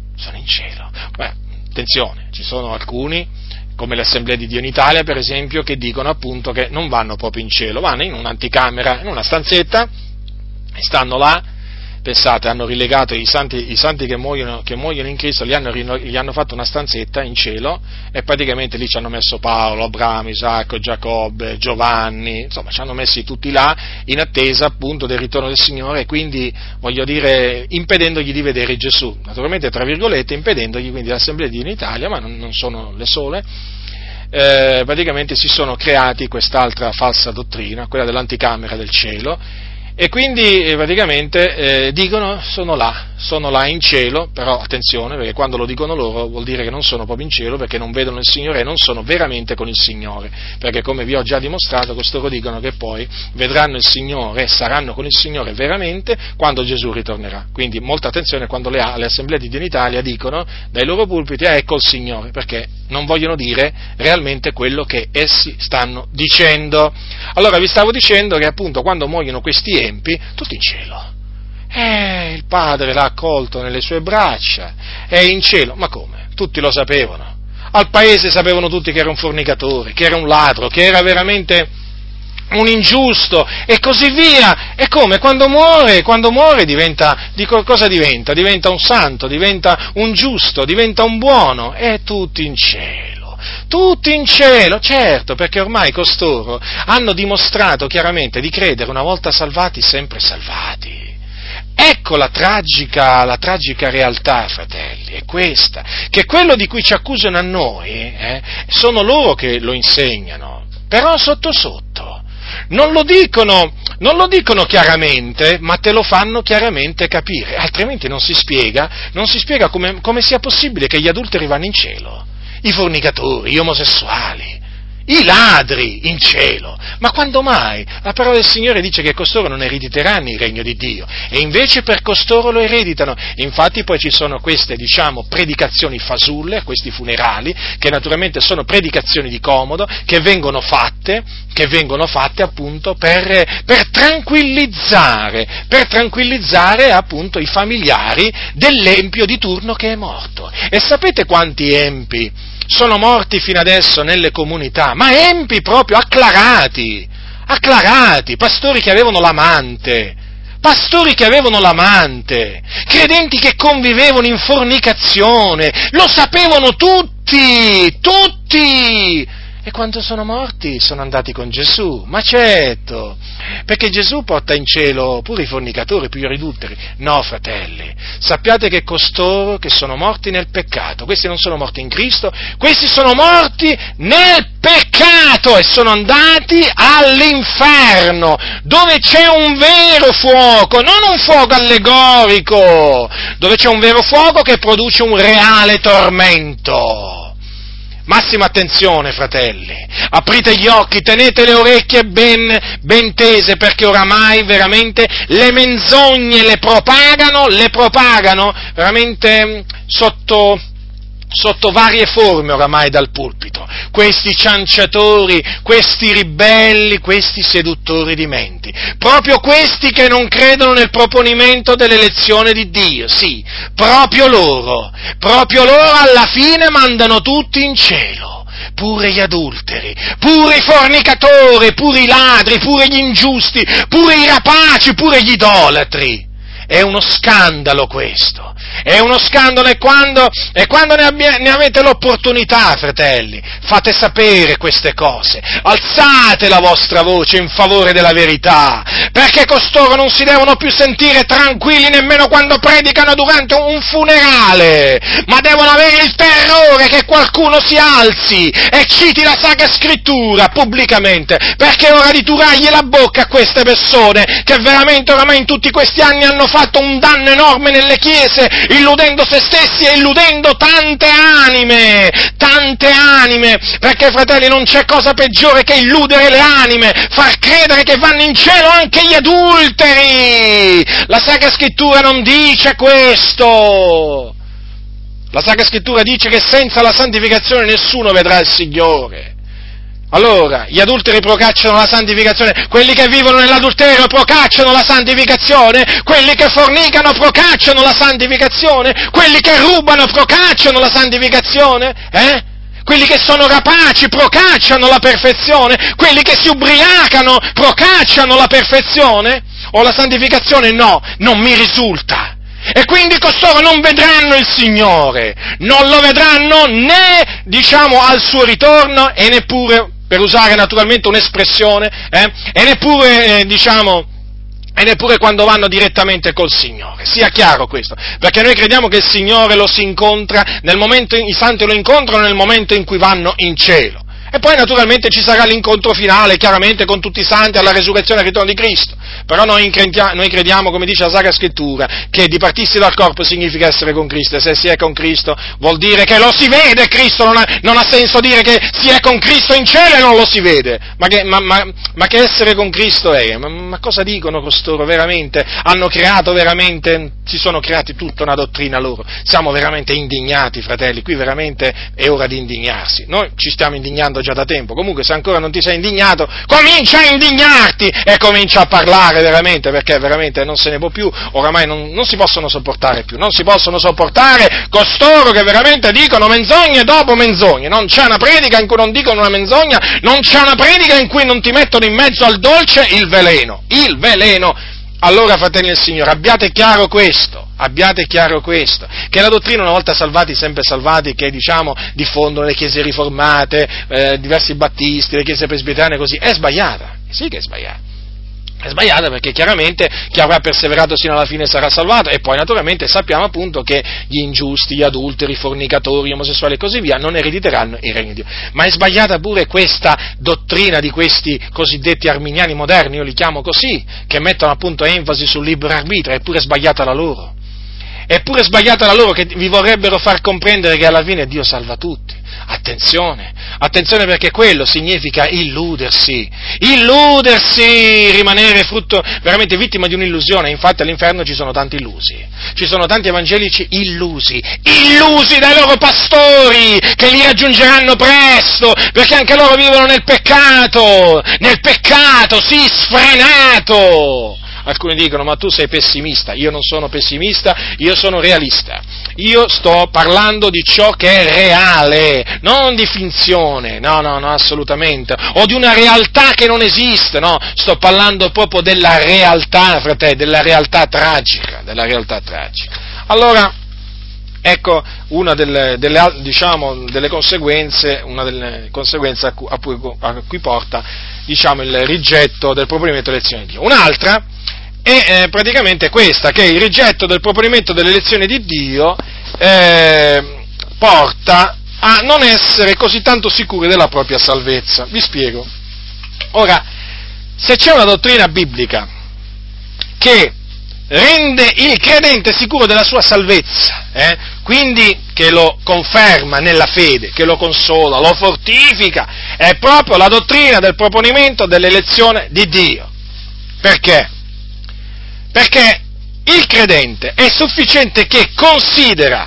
Beh, attenzione, ci sono alcuni, come l'Assemblea di Dio in Italia per esempio, che dicono appunto che non vanno proprio in cielo, vanno in un'anticamera, in una stanzetta, e stanno là. Pensate, hanno rilegato i santi che muoiono in Cristo, gli hanno fatto una stanzetta in cielo, e praticamente lì ci hanno messo Paolo, Abramo, Isacco, Giacobbe, Giovanni, insomma ci hanno messi tutti là in attesa appunto del ritorno del Signore, e quindi, voglio dire, impedendogli di vedere Gesù, naturalmente tra virgolette, impedendogli, quindi l'Assemblea di Dio in Italia, ma non sono le sole. Praticamente si sono creati quest'altra falsa dottrina, quella dell'anticamera del cielo, e quindi praticamente dicono sono là in cielo, però attenzione, perché quando lo dicono loro vuol dire che non sono proprio in cielo, perché non vedono il Signore e non sono veramente con il Signore, perché come vi ho già dimostrato, costoro dicono che poi vedranno il Signore e saranno con il Signore veramente quando Gesù ritornerà. Quindi molta attenzione quando le Assemblee di Dio in Italia dicono dai loro pulpiti ecco il Signore, perché non vogliono dire realmente quello che essi stanno dicendo. Allora vi stavo dicendo che appunto quando muoiono questi empi, tutti in cielo. Il Padre l'ha accolto nelle sue braccia, è in cielo. Ma come? Tutti lo sapevano. Al paese sapevano tutti che era un fornicatore, che era un ladro, che era veramente un ingiusto, e così via. E come? Quando muore diventa, cosa diventa? Diventa un santo, diventa un giusto, diventa un buono, e tutti in cielo, certo, perché ormai costoro hanno dimostrato chiaramente di credere una volta salvati, sempre salvati. Ecco la tragica realtà, fratelli, è questa, che quello di cui ci accusano a noi, sono loro che lo insegnano, però sotto sotto. Non lo dicono chiaramente, ma te lo fanno chiaramente capire, altrimenti non si spiega come sia possibile che gli adulteri vanno in cielo, i fornicatori, gli omosessuali, I ladri in cielo. Ma quando mai? La parola del Signore dice che costoro non erediteranno il regno di Dio, e invece per costoro lo ereditano. Infatti poi ci sono queste, predicazioni fasulle, questi funerali, che naturalmente sono predicazioni di comodo, che vengono fatte appunto per tranquillizzare appunto i familiari dell'empio di turno che è morto. E sapete quanti empi sono morti fino adesso nelle comunità? Ma empi proprio acclarati, pastori che avevano l'amante, credenti che convivevano in fornicazione, lo sapevano tutti, e quando sono morti sono andati con Gesù, ma certo, perché Gesù porta in cielo pure i fornicatori, pure i adulteri. No, fratelli, sappiate che costoro che sono morti nel peccato, questi non sono morti in Cristo, questi sono morti nel peccato e sono andati all'inferno, dove c'è un vero fuoco, non un fuoco allegorico, dove c'è un vero fuoco che produce un reale tormento. Massima attenzione, fratelli, aprite gli occhi, tenete le orecchie ben tese, perché oramai veramente le menzogne le propagano veramente sotto varie forme oramai dal pulpito, questi cianciatori, questi ribelli, questi seduttori di menti, proprio questi che non credono nel proponimento dell'elezione di Dio, sì, proprio loro alla fine mandano tutti in cielo, pure gli adulteri, pure i fornicatori, pure i ladri, pure gli ingiusti, pure i rapaci, pure gli idolatri. È uno scandalo questo, è uno scandalo, e quando ne avete l'opportunità, fratelli, fate sapere queste cose, alzate la vostra voce in favore della verità, perché costoro non si devono più sentire tranquilli nemmeno quando predicano durante un funerale, ma devono avere il terrore che qualcuno si alzi e citi la Sacra Scrittura pubblicamente, perché è ora di turargli la bocca a queste persone che veramente oramai in tutti questi anni hanno fatto un danno enorme nelle chiese, illudendo se stessi e illudendo tante anime, perché, fratelli, non c'è cosa peggiore che illudere le anime, far credere che vanno in cielo anche gli adulteri. La Sacra Scrittura non dice questo. La Sacra Scrittura dice che senza la santificazione nessuno vedrà il Signore. Allora, gli adulteri procacciano la santificazione, quelli che vivono nell'adulterio procacciano la santificazione, quelli che fornicano procacciano la santificazione, quelli che rubano procacciano la santificazione, quelli che sono rapaci procacciano la perfezione, quelli che si ubriacano procacciano la perfezione, o la santificazione? No, non mi risulta. E quindi costoro non vedranno il Signore, non lo vedranno né, al suo ritorno, e neppure, per usare naturalmente un'espressione, e neppure quando vanno direttamente col Signore. Sia chiaro questo, perché noi crediamo che il Signore lo si incontra i santi lo incontrano nel momento in cui vanno in cielo. E poi naturalmente ci sarà l'incontro finale, chiaramente con tutti i santi alla resurrezione e al ritorno di Cristo. Però noi crediamo, come dice la Sacra Scrittura, che dipartirsi dal corpo significa essere con Cristo, e se si è con Cristo vuol dire che lo si vede Cristo, non ha senso dire che si è con Cristo in cielo e non lo si vede, ma che essere con Cristo è? Ma cosa dicono costoro veramente? Si sono creati tutta una dottrina loro. Siamo veramente indignati, fratelli, qui veramente è ora di indignarsi. Noi ci stiamo indignando già da tempo, comunque se ancora non ti sei indignato, comincia a indignarti e comincia a parlare veramente, perché veramente non se ne può più, oramai non si possono sopportare più, non si possono sopportare costoro che veramente dicono menzogne dopo menzogne, non c'è una predica in cui non dicono una menzogna, non c'è una predica in cui non ti mettono in mezzo al dolce il veleno. Allora, fratelli del Signore, abbiate chiaro questo, che la dottrina una volta salvati, sempre salvati, che diffondono le chiese riformate, diversi battisti, le chiese presbiteriane così, è sbagliata, sì che è sbagliata. È sbagliata perché chiaramente chi avrà perseverato sino alla fine sarà salvato, e poi naturalmente sappiamo appunto che gli ingiusti, gli adulteri, i fornicatori, gli omosessuali e così via non erediteranno il regno di Dio. Ma è sbagliata pure questa dottrina di questi cosiddetti arminiani moderni, io li chiamo così, che mettono appunto enfasi sul libero arbitrio, è pure sbagliata la loro. È pure sbagliata la loro che vi vorrebbero far comprendere che alla fine Dio salva tutti. Attenzione perché quello significa illudersi, rimanere frutto, veramente vittima di un'illusione. Infatti all'inferno ci sono tanti illusi, ci sono tanti evangelici illusi dai loro pastori che li raggiungeranno presto, perché anche loro vivono nel peccato, sì, sfrenato. Alcuni dicono, ma tu sei pessimista. Io non sono pessimista, io sono realista. Io sto parlando di ciò che è reale, non di finzione, no, assolutamente, o di una realtà che non esiste, no, sto parlando proprio della realtà, fratelli, della realtà tragica. Allora, ecco una delle conseguenze a cui porta, il rigetto del proponimento dell'elezione di Dio. Un'altra è praticamente questa, che il rigetto del proponimento dell'elezione di Dio porta a non essere così tanto sicuri della propria salvezza. Vi spiego. Ora, se c'è una dottrina biblica che rende il credente sicuro della sua salvezza, quindi che lo conferma nella fede, che lo consola, lo fortifica, è proprio la dottrina del proponimento dell'elezione di Dio. Perché? Perché il credente è sufficiente che considera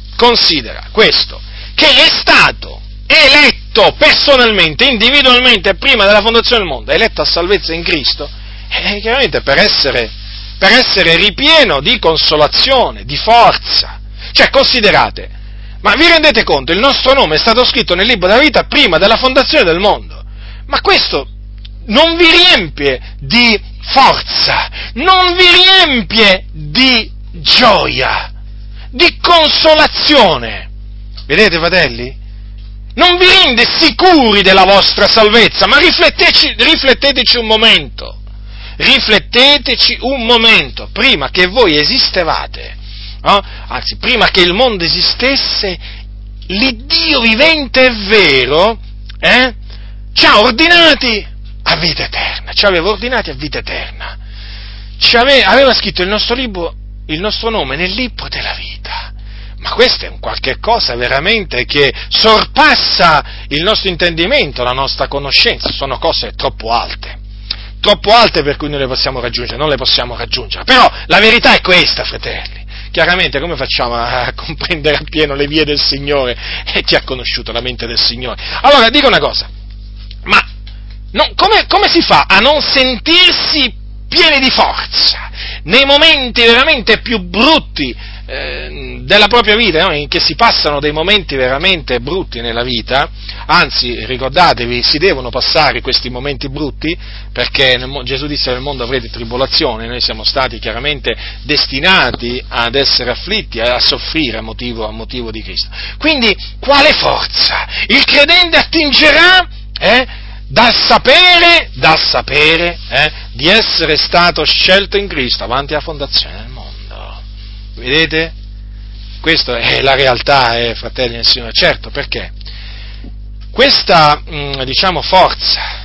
questo, che è stato eletto personalmente, individualmente, prima della fondazione del mondo, è eletto a salvezza in Cristo, chiaramente per essere ripieno di consolazione, di forza. Cioè, considerate, ma vi rendete conto, il nostro nome è stato scritto nel libro della vita prima della fondazione del mondo, ma questo non vi riempie di forza, non vi riempie di gioia, di consolazione? Vedete, fratelli? Non vi rende sicuri della vostra salvezza, ma rifletteteci un momento. Rifletteteci un momento, prima che voi esistevate, anzi, prima che il mondo esistesse, l'Iddio vivente e vero, ci ha ordinati a vita eterna, ci aveva ordinati a vita eterna, aveva scritto il nostro nome nel libro della vita. Ma questo è un qualche cosa veramente che sorpassa il nostro intendimento, la nostra conoscenza, sono cose troppo alte per cui noi le possiamo raggiungere, non le possiamo raggiungere. Però la verità è questa, fratelli. Chiaramente come facciamo a comprendere appieno le vie del Signore e chi ha conosciuto la mente del Signore? Allora, dico una cosa, ma come si fa a non sentirsi pieni di forza nei momenti veramente più brutti della propria vita, no? In che si passano dei momenti veramente brutti nella vita? Anzi, ricordatevi, si devono passare questi momenti brutti, perché Gesù disse: nel mondo avrete tribolazione. Noi siamo stati chiaramente destinati ad essere afflitti, a soffrire a motivo di Cristo. Quindi, quale forza? Il credente attingerà dal sapere di essere stato scelto in Cristo avanti alla fondazione del mondo. Vedete? Questa è la realtà, fratelli del Signore. Certo, perché questa, forza,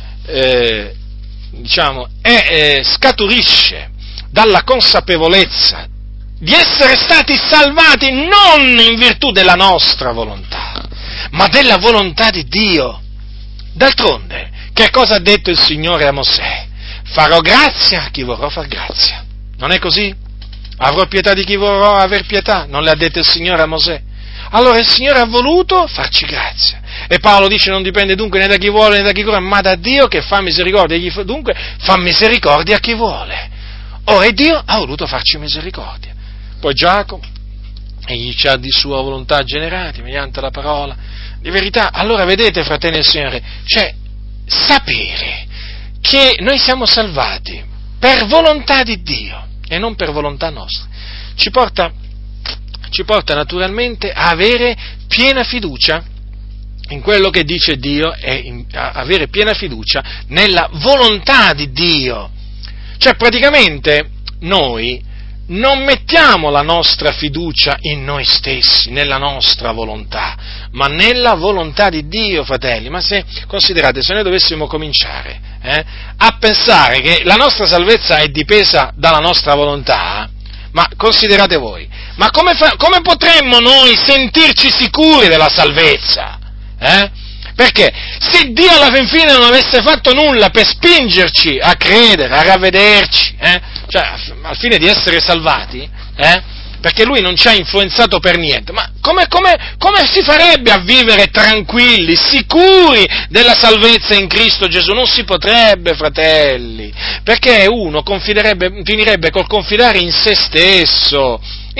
scaturisce dalla consapevolezza di essere stati salvati non in virtù della nostra volontà, ma della volontà di Dio. D'altronde, che cosa ha detto il Signore a Mosè? Farò grazia a chi vorrò far grazia. Non è così? Avrò pietà di chi vorrò aver pietà, non le ha dette il Signore a Mosè? Allora il Signore ha voluto farci grazia. E Paolo dice: non dipende dunque né da chi vuole né da chi corre, ma da Dio che fa misericordia. Dunque fa misericordia a chi vuole. Ora Dio ha voluto farci misericordia. Poi Giacomo, egli ci ha di sua volontà generati mediante la parola di verità. Allora vedete, fratelli del Signore, cioè sapere che noi siamo salvati per volontà di Dio e non per volontà nostra, ci porta naturalmente a avere piena fiducia in quello che dice Dio e a avere piena fiducia nella volontà di Dio. Cioè praticamente noi non mettiamo la nostra fiducia in noi stessi, nella nostra volontà, ma nella volontà di Dio, fratelli. Ma considerate, se noi dovessimo cominciare a pensare che la nostra salvezza è dipesa dalla nostra volontà, Ma considerate voi, ma come potremmo noi sentirci sicuri della salvezza? Perché se Dio alla fin fine non avesse fatto nulla per spingerci a credere, a ravvederci, cioè al fine di essere salvati, perché Lui non ci ha influenzato per niente, ma come si farebbe a vivere tranquilli, sicuri della salvezza in Cristo Gesù? Non si potrebbe, fratelli, perché uno finirebbe col confidare in se stesso,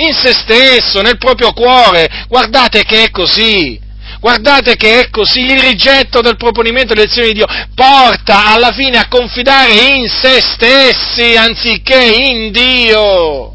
nel proprio cuore. Guardate che è così. Guardate che è così, il rigetto del proponimento dell'elezione di Dio porta alla fine a confidare in se stessi anziché in Dio.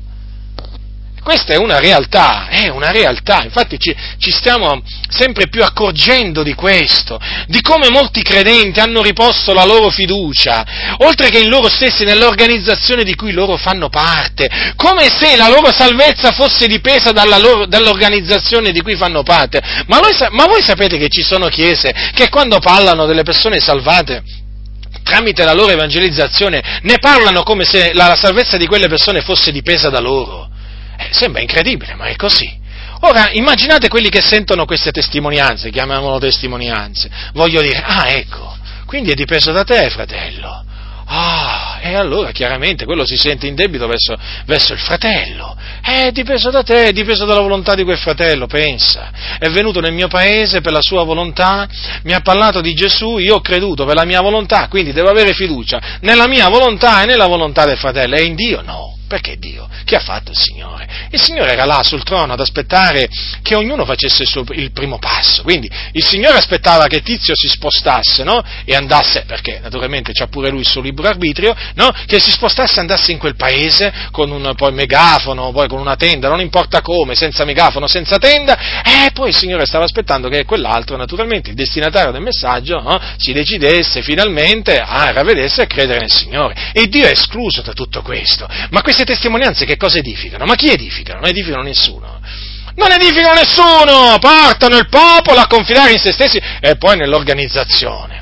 Questa è una realtà, infatti ci stiamo sempre più accorgendo di questo, di come molti credenti hanno riposto la loro fiducia, oltre che in loro stessi, nell'organizzazione di cui loro fanno parte, come se la loro salvezza fosse dipesa dall'organizzazione di cui fanno parte. Ma voi sapete che ci sono chiese che quando parlano delle persone salvate, tramite la loro evangelizzazione, ne parlano come se la salvezza di quelle persone fosse dipesa da loro. Sembra incredibile, ma è così. Ora, immaginate quelli che sentono queste testimonianze, chiamiamolo testimonianze, voglio dire, ecco, quindi è dipeso da te, fratello. E allora chiaramente quello si sente in debito verso il fratello. È dipeso da te, è dipeso dalla volontà di quel fratello, pensa. È venuto nel mio paese per la sua volontà, mi ha parlato di Gesù, io ho creduto per la mia volontà, quindi devo avere fiducia nella mia volontà e nella volontà del fratello. E in Dio no. Perché Dio? Che ha fatto il Signore? Il Signore era là sul trono ad aspettare che ognuno facesse il primo passo, quindi il Signore aspettava che Tizio si spostasse, no? E andasse, perché naturalmente c'ha pure lui il suo libero arbitrio, no? Che si spostasse e andasse in quel paese con un poi megafono, poi con una tenda, non importa come, senza megafono, senza tenda, e poi il Signore stava aspettando che quell'altro, naturalmente il destinatario del messaggio, no? Si decidesse finalmente a ravvedersi e a credere nel Signore. E Dio è escluso da tutto questo. Ma queste testimonianze che cosa edificano? Ma chi edificano? Non edificano nessuno. Non edificano nessuno! Portano il popolo a confidare in se stessi e poi nell'organizzazione.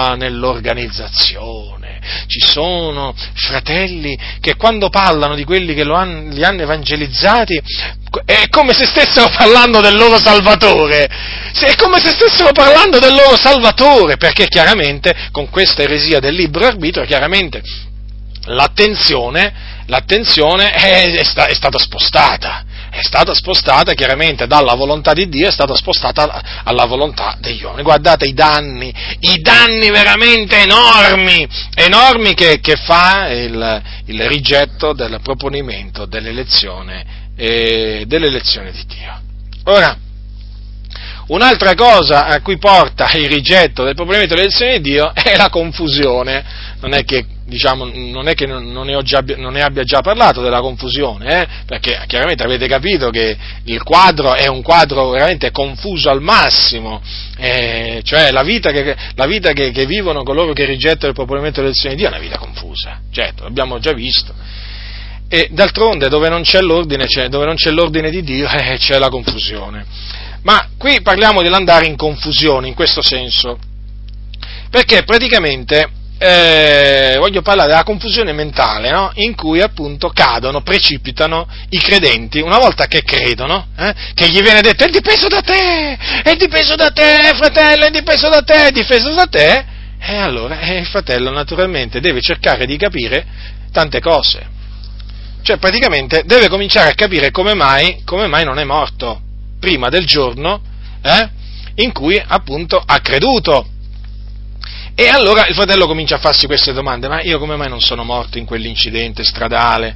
Nell'organizzazione. Ci sono fratelli che quando parlano di quelli che li hanno evangelizzati è come se stessero parlando del loro Salvatore. È come se stessero parlando del loro Salvatore, perché chiaramente con questa eresia del libero arbitrio, chiaramente l'attenzione è stata spostata chiaramente dalla volontà di Dio, è stata spostata alla volontà degli uomini. Guardate i danni veramente enormi che fa il rigetto del proponimento dell'elezione di Dio. Ora, un'altra cosa a cui porta il rigetto del proponimento dell'elezione di Dio è la confusione. Non è che non ne abbia già parlato della confusione, perché chiaramente avete capito che il quadro è un quadro veramente confuso al massimo, cioè la vita che vivono coloro che rigettano il proponimento dell'elezione di Dio è una vita confusa, certo, l'abbiamo già visto. E d'altronde dove non c'è l'ordine di Dio, c'è la confusione. Ma qui parliamo dell'andare in confusione in questo senso, perché praticamente voglio parlare della confusione mentale, no? In cui appunto precipitano i credenti una volta che credono, che gli viene detto è dipeso da te, fratello, è dipeso da te, e allora il fratello naturalmente deve cercare di capire tante cose, cioè praticamente deve cominciare a capire come mai non è morto prima del giorno in cui appunto ha creduto. E allora il fratello comincia a farsi queste domande: ma io come mai non sono morto in quell'incidente stradale?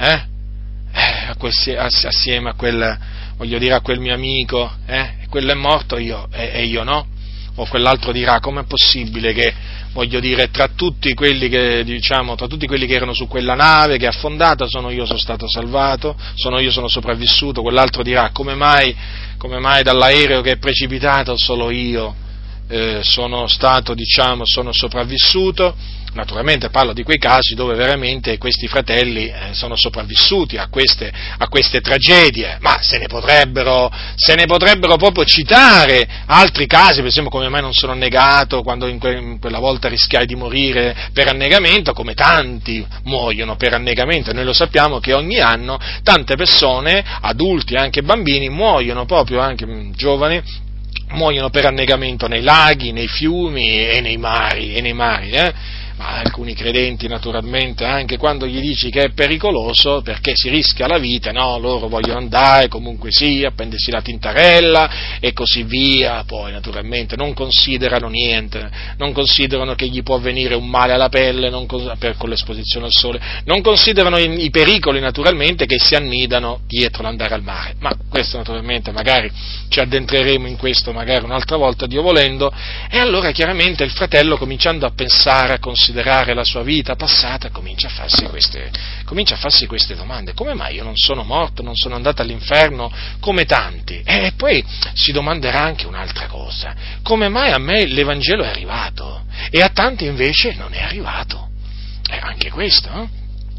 Assieme a quel mio amico, quello è morto e io no? O quell'altro dirà: com'è possibile che, tra tutti quelli che erano su quella nave che è affondata, sono stato salvato, io sono sopravvissuto. Quell'altro dirà: come mai dall'aereo che è precipitato solo io sono sopravvissuto, naturalmente parlo di quei casi dove veramente questi fratelli sono sopravvissuti a queste tragedie, ma se ne potrebbero proprio citare altri casi, per esempio come mai non sono annegato quando in quella volta rischiai di morire per annegamento, come tanti muoiono per annegamento, e noi lo sappiamo che ogni anno tante persone, adulti e anche bambini, muoiono proprio, anche giovani, muoiono per annegamento nei laghi, nei fiumi e nei mari. Ma alcuni credenti naturalmente, anche quando gli dici che è pericoloso perché si rischia la vita, no, loro vogliono andare comunque sia, prendersi la tintarella e così via, poi naturalmente non considerano niente, non considerano che gli può venire un male alla pelle con l'esposizione al sole, non considerano i pericoli naturalmente che si annidano dietro l'andare al mare. Ma questo naturalmente magari ci addentreremo in questo magari un'altra volta, Dio volendo, e allora chiaramente il fratello, cominciando a pensare, a considerare la sua vita passata, comincia a farsi queste domande: come mai io non sono morto, non sono andato all'inferno come tanti? E poi si domanderà anche un'altra cosa: come mai a me l'Evangelo è arrivato e a tanti invece non è arrivato? Anche questo,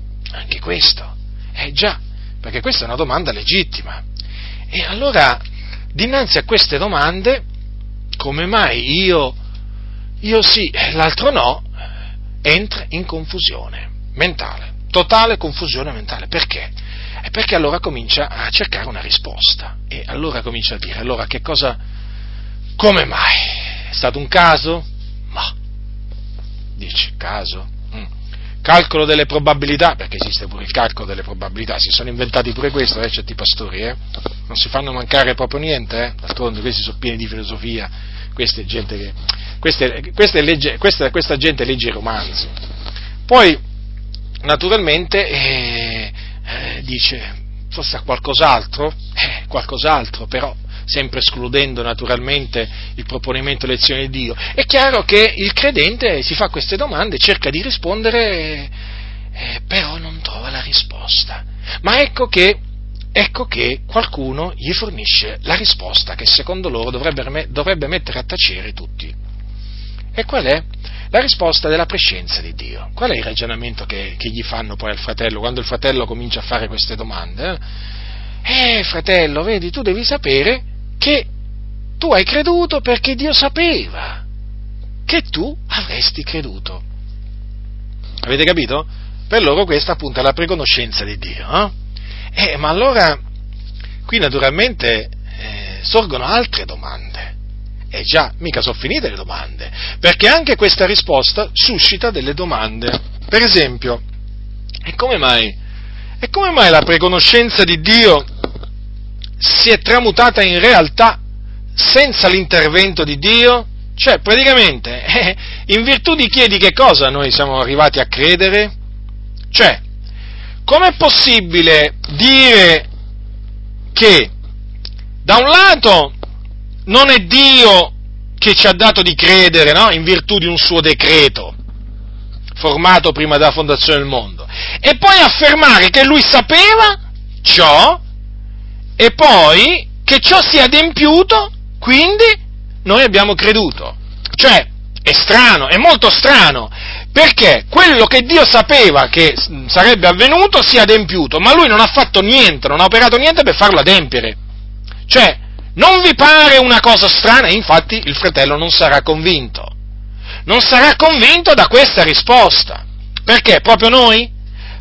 già, perché questa è una domanda legittima. E allora, dinanzi a queste domande, come mai io sì, l'altro no, entra in confusione mentale, totale confusione mentale. Perché? Perché allora comincia a cercare una risposta, e allora comincia a dire: allora che cosa, come mai? È stato un caso? Ma, dici, caso? Calcolo delle probabilità, perché esiste pure il calcolo delle probabilità, si sono inventati pure questo, certi pastori, non si fanno mancare proprio niente, d'altronde questi sono pieni di filosofia, questa gente legge i romanzi. Poi naturalmente dice: forse a qualcos'altro, però sempre escludendo naturalmente il proponimento elezione di Dio. È chiaro che il credente si fa queste domande, cerca di rispondere, però non trova la risposta. Ma ecco che qualcuno gli fornisce la risposta che secondo loro dovrebbe mettere a tacere tutti. E qual è? La risposta della prescienza di Dio. Qual è il ragionamento che gli fanno poi al fratello, quando il fratello comincia a fare queste domande? Fratello, vedi, tu devi sapere che tu hai creduto perché Dio sapeva che tu avresti creduto. Avete capito? Per loro questa appunto è la preconoscenza di Dio. Ma allora, qui naturalmente sorgono altre domande. Già, mica sono finite le domande, perché anche questa risposta suscita delle domande. Per esempio, e come mai la preconoscenza di Dio si è tramutata in realtà senza l'intervento di Dio? Cioè, praticamente, in virtù di che cosa noi siamo arrivati a credere? Cioè, com'è possibile dire che, da un lato, non è Dio che ci ha dato di credere, no? In virtù di un suo decreto, formato prima della fondazione del mondo, e poi affermare che Lui sapeva ciò, e poi che ciò sia adempiuto, quindi noi abbiamo creduto. Cioè, è strano, è molto strano, perché quello che Dio sapeva che sarebbe avvenuto sia adempiuto, ma Lui non ha fatto niente, non ha operato niente per farlo adempiere. Cioè, non vi pare una cosa strana? E infatti il fratello non sarà convinto da questa risposta. Perché? Proprio noi?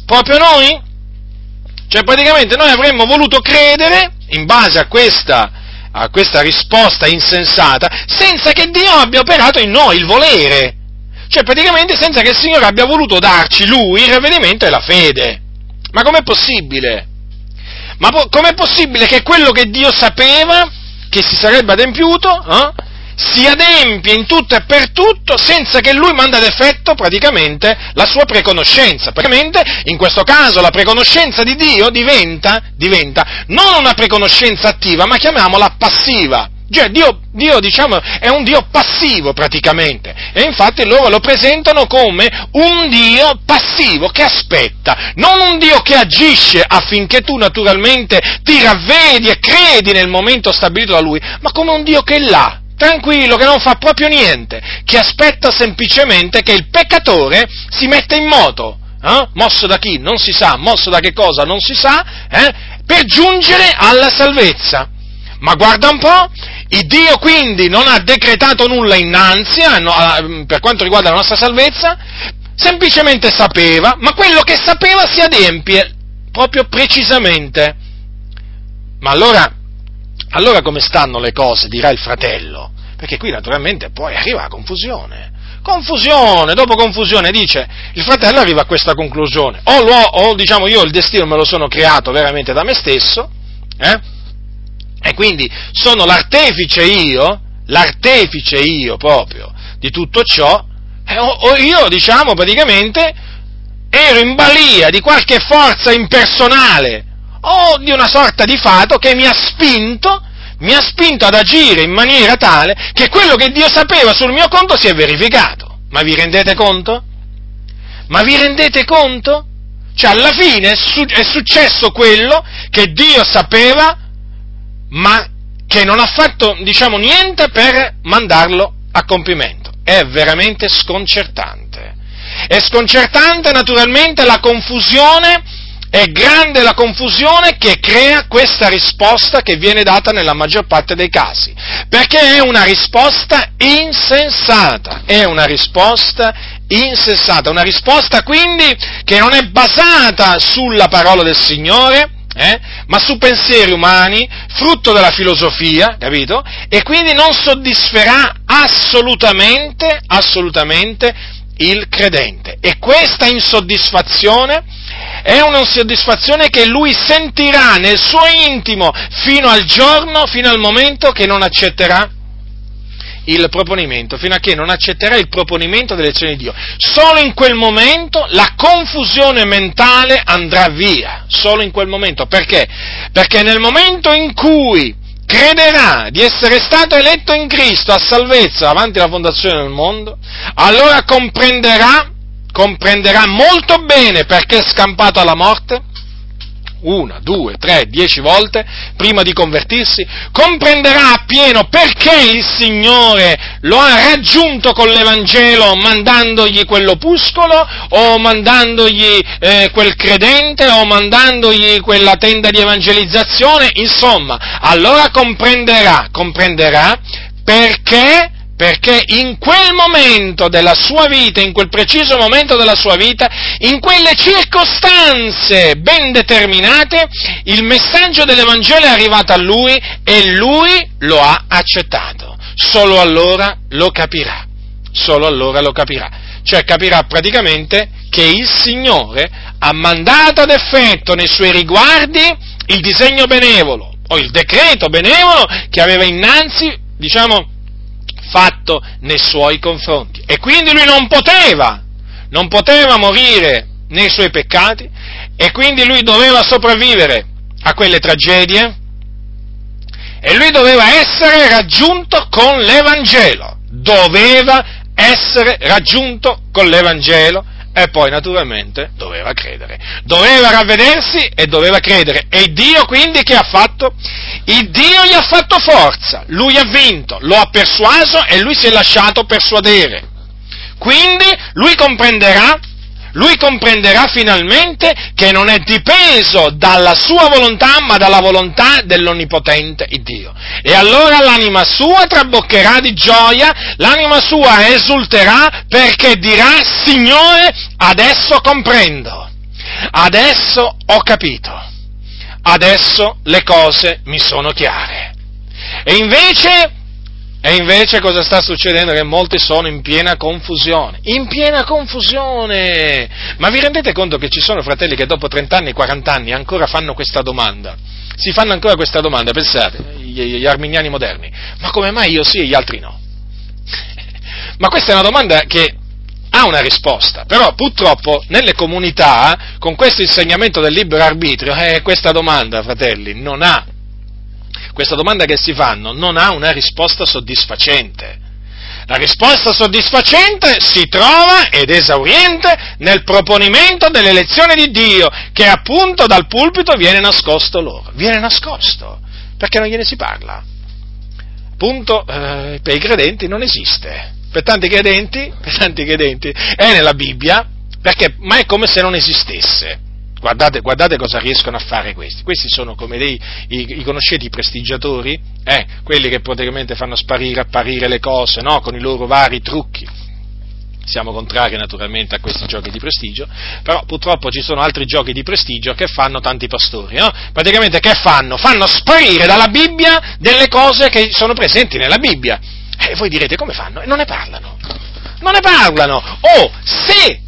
Cioè praticamente noi avremmo voluto credere, in base a questa risposta insensata, senza che Dio abbia operato in noi il volere. Cioè praticamente senza che il Signore abbia voluto darci Lui il ravvedimento e la fede. Ma com'è possibile? Com'è possibile che quello che Dio sapeva che si sarebbe adempiuto, si adempie in tutto e per tutto senza che Lui manda ad effetto praticamente la sua preconoscenza? Praticamente in questo caso la preconoscenza di Dio diventa non una preconoscenza attiva, ma chiamiamola passiva. Cioè Dio diciamo è un Dio passivo praticamente, e infatti loro lo presentano come un Dio passivo che aspetta, non un Dio che agisce affinché tu naturalmente ti ravvedi e credi nel momento stabilito da Lui, ma come un Dio che è là, tranquillo, che non fa proprio niente, che aspetta semplicemente che il peccatore si metta in moto, mosso da chi? Non si sa, mosso da che cosa? Non si sa, per giungere alla salvezza. Ma guarda un po', il Dio quindi non ha decretato nulla innanzi per quanto riguarda la nostra salvezza, semplicemente sapeva, ma quello che sapeva si adempie proprio precisamente. Ma allora come stanno le cose, dirà il fratello? Perché qui naturalmente poi arriva la confusione, dopo confusione, dice, il fratello arriva a questa conclusione, o diciamo io il destino me lo sono creato veramente da me stesso, e quindi sono l'artefice io proprio di tutto ciò, o io diciamo praticamente ero in balia di qualche forza impersonale, o di una sorta di fato che mi ha spinto ad agire in maniera tale che quello che Dio sapeva sul mio conto si è verificato. Ma vi rendete conto? Cioè alla fine è successo quello che Dio sapeva, ma che non ha fatto, diciamo, niente per mandarlo a compimento. È veramente sconcertante. È sconcertante naturalmente la confusione. È grande la confusione che crea questa risposta che viene data nella maggior parte dei casi, perché è una risposta insensata, una risposta quindi che non è basata sulla parola del Signore, ma su pensieri umani, frutto della filosofia, capito? E quindi non soddisferà assolutamente il credente. E questa insoddisfazione è una insoddisfazione che lui sentirà nel suo intimo fino al momento che non accetterà il proponimento, fino a che non accetterà il proponimento dell'elezione di Dio. Solo in quel momento la confusione mentale andrà via, solo in quel momento. Perché? Perché nel momento in cui crederà di essere stato eletto in Cristo a salvezza avanti alla fondazione del mondo, allora comprenderà molto bene perché è scampato alla morte, 1, 2, 3, 10 volte prima di convertirsi, comprenderà appieno perché il Signore lo ha raggiunto con l'Evangelo mandandogli quell'opuscolo, o mandandogli quel credente, o mandandogli quella tenda di evangelizzazione, insomma, allora comprenderà perché in quel momento della sua vita, in quel preciso momento della sua vita, in quelle circostanze ben determinate, il messaggio dell'Evangelo è arrivato a lui e lui lo ha accettato. Solo allora lo capirà. Cioè capirà praticamente che il Signore ha mandato ad effetto nei suoi riguardi il disegno benevolo, o il decreto benevolo che aveva innanzi, diciamo, fatto nei suoi confronti, e quindi lui non poteva morire nei suoi peccati, e quindi lui doveva sopravvivere a quelle tragedie, e lui doveva essere raggiunto con l'Evangelo, e poi naturalmente doveva credere, doveva ravvedersi e doveva credere. E Dio quindi che ha fatto? Il Dio gli ha fatto forza, lui ha vinto, lo ha persuaso e lui si è lasciato persuadere. Quindi lui comprenderà finalmente che non è dipeso dalla sua volontà, ma dalla volontà dell'Onnipotente Dio. E allora l'anima sua traboccherà di gioia, l'anima sua esulterà, perché dirà: Signore, adesso comprendo, adesso ho capito, adesso le cose mi sono chiare. E invece cosa sta succedendo? Che molti sono in piena confusione. Ma vi rendete conto che ci sono fratelli che dopo 30 anni, 40 anni ancora fanno questa domanda? Si fanno ancora questa domanda, pensate, gli arminiani moderni: ma come mai io sì e gli altri no? Ma questa è una domanda che ha una risposta, però purtroppo nelle comunità, con questo insegnamento del libero arbitrio, questa domanda, fratelli, questa domanda che si fanno non ha una risposta soddisfacente. La risposta soddisfacente si trova, ed esauriente, nel proponimento dell'elezione di Dio, che appunto dal pulpito viene nascosto loro. Viene nascosto, perché non gliene si parla. appunto, per i credenti non esiste. Per tanti credenti è nella Bibbia, ma è come se non esistesse. Guardate cosa riescono a fare questi. Questi sono come i conoscete i prestigiatori? Quelli che praticamente fanno apparire le cose, no? Con i loro vari trucchi. Siamo contrari naturalmente a questi giochi di prestigio, però purtroppo ci sono altri giochi di prestigio che fanno tanti pastori, no? Praticamente che fanno? Fanno sparire dalla Bibbia delle cose che sono presenti nella Bibbia. E voi direte, come fanno? E non ne parlano. O se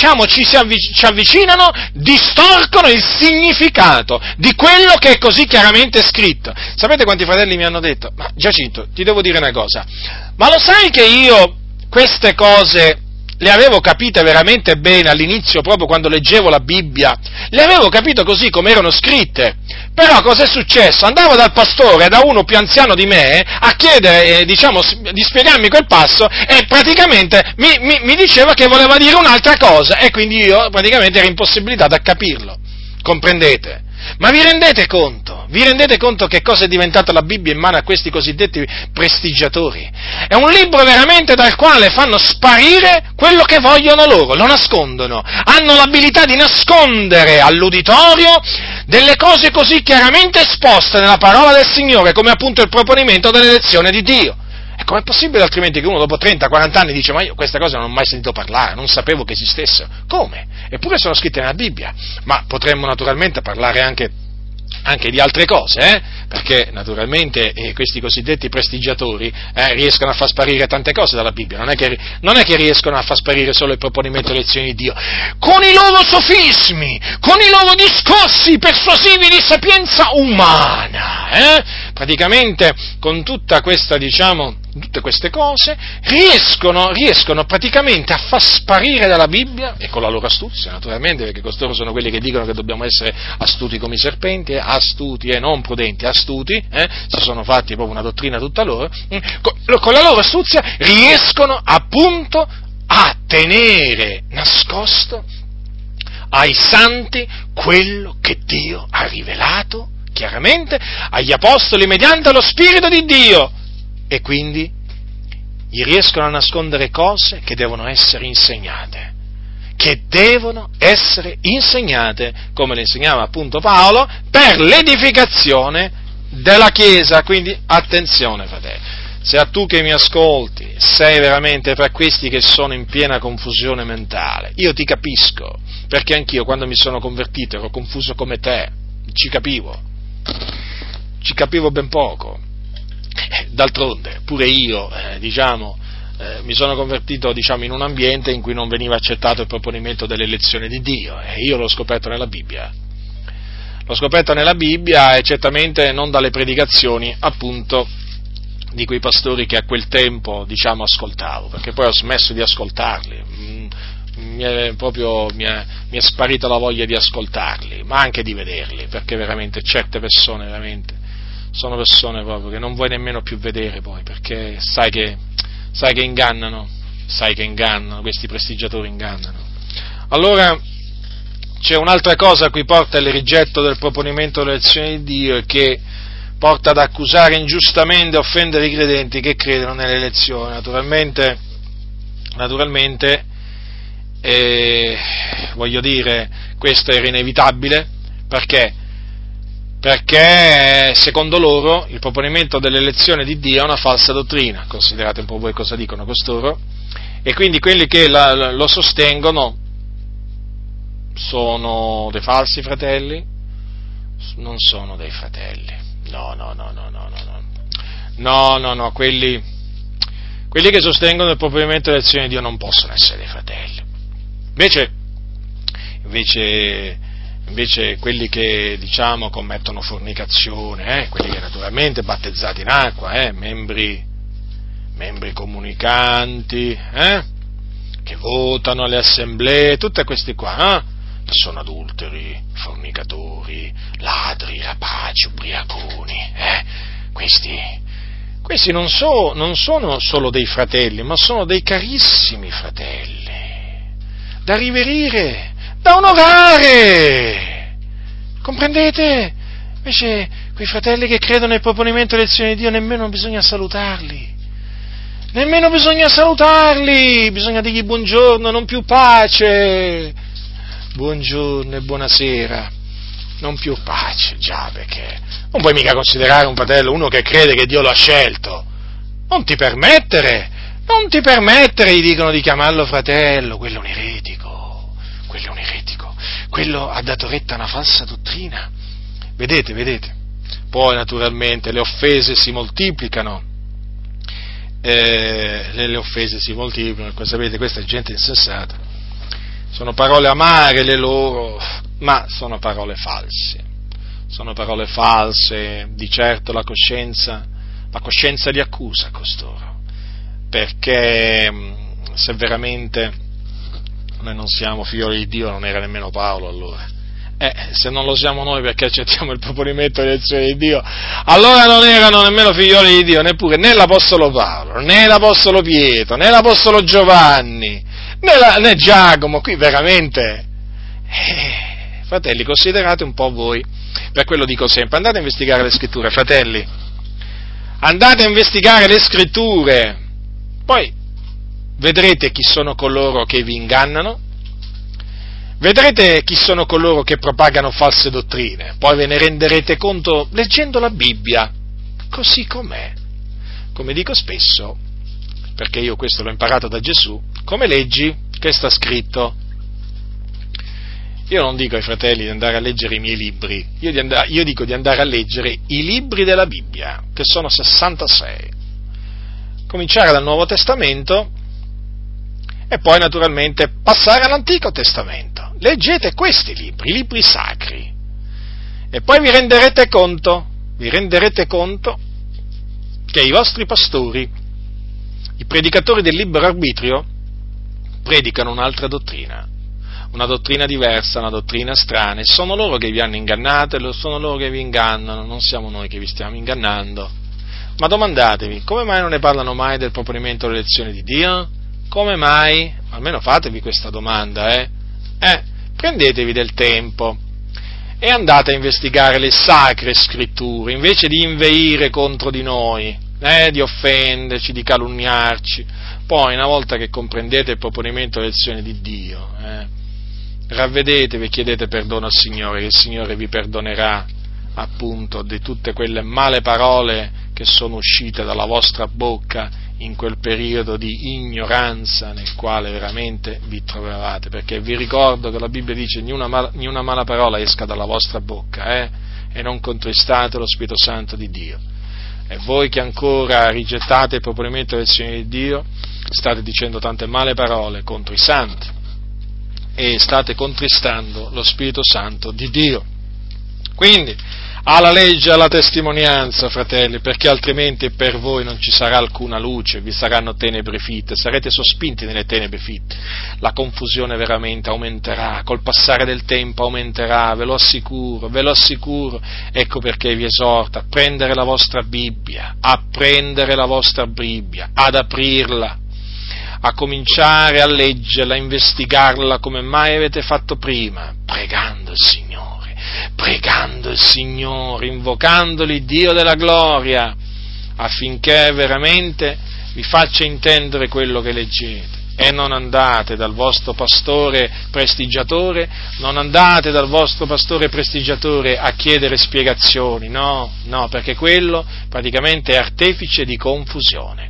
ci avvicinano, distorcono il significato di quello che è così chiaramente scritto. Sapete quanti fratelli mi hanno detto? Ma Giacinto, ti devo dire una cosa, ma lo sai che io queste cose le avevo capite veramente bene all'inizio, proprio quando leggevo la Bibbia, le avevo capito così come erano scritte, però cosa è successo? Andavo dal pastore, da uno più anziano di me, a chiedere, di spiegarmi quel passo, e praticamente mi diceva che voleva dire un'altra cosa, e quindi io praticamente ero impossibilitato a capirlo, comprendete? Ma vi rendete conto? Vi rendete conto che cosa è diventata la Bibbia in mano a questi cosiddetti prestigiatori? È un libro veramente dal quale fanno sparire quello che vogliono loro, lo nascondono, hanno l'abilità di nascondere all'uditorio delle cose così chiaramente esposte nella parola del Signore, come appunto il proponimento dell'elezione di Dio. E com'è possibile altrimenti che uno dopo 30-40 anni dice, ma io queste cose non ho mai sentito parlare, non sapevo che esistessero? Come? Eppure sono scritte nella Bibbia. Ma potremmo naturalmente parlare anche di altre cose, perché naturalmente questi cosiddetti prestigiatori riescono a far sparire tante cose dalla Bibbia, non è che riescono a far sparire solo il proponimento delle elezioni di Dio, con i loro sofismi, con i loro discorsi persuasivi di sapienza umana, praticamente con tutta questa, tutte queste cose riescono praticamente a far sparire dalla Bibbia, e con la loro astuzia naturalmente, perché costoro sono quelli che dicono che dobbiamo essere astuti come i serpenti, astuti e non prudenti, astuti, si sono fatti proprio una dottrina tutta loro, con la loro astuzia riescono appunto a tenere nascosto ai santi quello che Dio ha rivelato chiaramente agli apostoli mediante lo Spirito di Dio, e quindi gli riescono a nascondere cose che devono essere insegnate, come le insegnava appunto Paolo, per l'edificazione della Chiesa. Quindi attenzione, fratelli, se a tu che mi ascolti sei veramente fra questi che sono in piena confusione mentale, io ti capisco, perché anch'io quando mi sono convertito ero confuso come te, ci capivo ben poco. D'altronde pure io, mi sono convertito, in un ambiente in cui non veniva accettato il proponimento dell'elezione di Dio, e io l'ho scoperto nella Bibbia. E certamente non dalle predicazioni, appunto, di quei pastori che a quel tempo, ascoltavo, perché poi ho smesso di ascoltarli. Mi è sparita la voglia di ascoltarli, ma anche di vederli, perché veramente certe persone sono persone proprio che non vuoi nemmeno più vedere poi, perché sai che ingannano, questi prestigiatori ingannano. Allora c'è un'altra cosa a cui porta il rigetto del proponimento dell'elezione di Dio, e che porta ad accusare ingiustamente e offendere i credenti che credono nell'elezione. Naturalmente voglio dire, questo era inevitabile, perché secondo loro il proponimento dell'elezione di Dio è una falsa dottrina. Considerate un po' voi cosa dicono costoro, e quindi quelli che lo sostengono sono dei falsi fratelli? Non sono dei fratelli, no, quelli che sostengono il proponimento dell'elezione di Dio non possono essere dei fratelli. Invece quelli che, commettono fornicazione, quelli che naturalmente battezzati in acqua, membri comunicanti, che votano alle assemblee, tutti questi qua, sono adulteri, fornicatori, ladri, rapaci, ubriaconi, questi non sono solo dei fratelli, ma sono dei carissimi fratelli, da riverire, da onorare, comprendete? Invece quei fratelli che credono nel proponimento dell'elezione di Dio nemmeno bisogna salutarli. Nemmeno bisogna salutarli, bisogna dirgli buongiorno, non più pace. Buongiorno e buonasera, non più pace, già, perché non puoi mica considerare un fratello uno che crede che Dio lo ha scelto. Non ti permettere, gli dicono di chiamarlo fratello, quello è un eretico, quello ha dato retta a una falsa dottrina. Vedete, poi naturalmente le offese si moltiplicano, sapete, questa è gente insensata, sono parole amare le loro, ma sono parole false, di certo la coscienza li accusa costoro, perché se veramente noi non siamo figlioli di Dio, non era nemmeno Paolo allora. Se non lo siamo noi perché accettiamo il proponimento dell'elezione di Dio, allora non erano nemmeno figlioli di Dio, neppure né l'Apostolo Paolo, né l'Apostolo Pietro, né l'Apostolo Giovanni, né Giacomo. Qui veramente, fratelli, considerate un po' voi, per quello dico sempre, andate a investigare le scritture, fratelli, andate a investigare le scritture, poi vedrete chi sono coloro che vi ingannano, vedrete chi sono coloro che propagano false dottrine, poi ve ne renderete conto leggendo la Bibbia, così com'è. Come dico spesso, perché io questo l'ho imparato da Gesù, come leggi, che sta scritto. Io non dico ai fratelli di andare a leggere i miei libri, io dico di andare a leggere i libri della Bibbia, che sono 66. Cominciare dal Nuovo Testamento e poi naturalmente passare all'Antico Testamento. Leggete questi libri, i libri sacri, e poi vi renderete conto che i vostri pastori, i predicatori del libero arbitrio, predicano un'altra dottrina, una dottrina diversa, una dottrina strana, e sono loro che vi hanno ingannato, e sono loro che vi ingannano, non siamo noi che vi stiamo ingannando. Ma domandatevi, come mai non ne parlano mai del proponimento dell'elezione di Dio? Come mai? Almeno fatevi questa domanda, prendetevi del tempo e andate a investigare le sacre scritture, invece di inveire contro di noi, di offenderci, di calunniarci. Poi, una volta che comprendete il proponimento dell'elezione di Dio, ravvedetevi e chiedete perdono al Signore, che il Signore vi perdonerà appunto di tutte quelle male parole che sono uscite dalla vostra bocca in quel periodo di ignoranza nel quale veramente vi trovavate, perché vi ricordo che la Bibbia dice ni una mala parola esca dalla vostra bocca, e non contristate lo Spirito Santo di Dio. E voi che ancora rigettate il proponimento del Signore di Dio, state dicendo tante male parole contro i santi e state contristando lo Spirito Santo di Dio. Quindi, alla legge e alla testimonianza, fratelli, perché altrimenti per voi non ci sarà alcuna luce, vi saranno tenebre fitte, sarete sospinti nelle tenebre fitte, la confusione veramente aumenterà, col passare del tempo aumenterà, ve lo assicuro, ecco perché vi esorto a prendere la vostra Bibbia, ad aprirla, a cominciare a leggerla, a investigarla come mai avete fatto prima, pregando il Signore, invocando l'Iddio della gloria, affinché veramente vi faccia intendere quello che leggete, e non andate dal vostro pastore prestigiatore a chiedere spiegazioni, no, perché quello praticamente è artefice di confusione,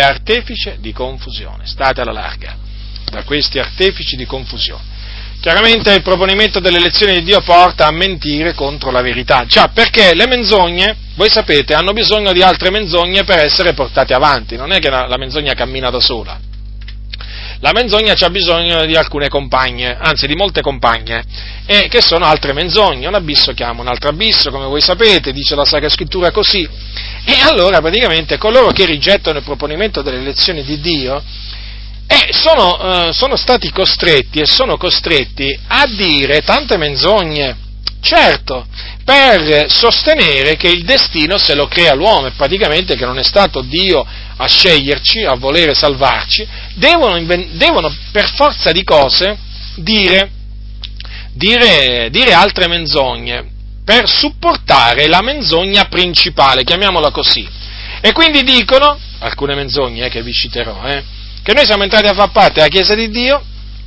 state alla larga da questi artefici di confusione. Chiaramente il proponimento dell'elezione di Dio porta a mentire contro la verità, già perché le menzogne, voi sapete, hanno bisogno di altre menzogne per essere portate avanti, non è che la menzogna cammina da sola, la menzogna ha bisogno di alcune compagne, anzi di molte compagne, e che sono altre menzogne, un abisso chiama un altro abisso, come voi sapete, dice la Sacra Scrittura così, e allora praticamente coloro che rigettano il proponimento dell'elezione di Dio, sono stati costretti e sono costretti a dire tante menzogne, certo, per sostenere che il destino se lo crea l'uomo e praticamente che non è stato Dio a sceglierci, a volere salvarci, devono per forza di cose dire altre menzogne, per supportare la menzogna principale, chiamiamola così. E quindi dicono, alcune menzogne che vi citerò, che noi siamo entrati a far parte della Chiesa di Dio,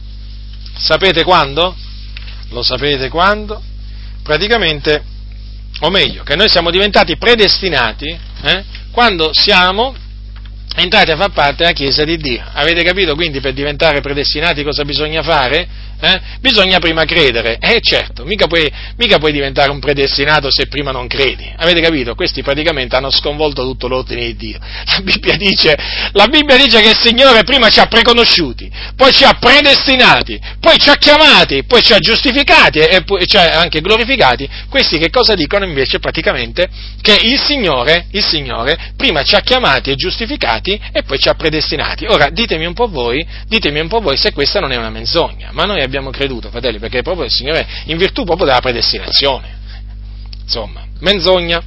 sapete quando? Lo sapete quando? Praticamente, o meglio, che noi siamo diventati predestinati quando siamo entrati a far parte della Chiesa di Dio. Avete capito? Quindi per diventare predestinati cosa bisogna fare? Bisogna prima credere. Certo, mica puoi diventare un predestinato se prima non credi. Avete capito? Questi praticamente hanno sconvolto tutto l'ordine di Dio. La Bibbia dice che il Signore prima ci ha preconosciuti, poi ci ha predestinati, poi ci ha chiamati, poi ci ha giustificati e poi ci ha anche glorificati. Questi che cosa dicono invece? Praticamente che il Signore prima ci ha chiamati e giustificati e poi ci ha predestinati. Ora ditemi un po' voi se questa non è una menzogna, ma noi abbiamo creduto, fratelli, perché proprio il Signore, in virtù proprio della predestinazione. Insomma, menzogna.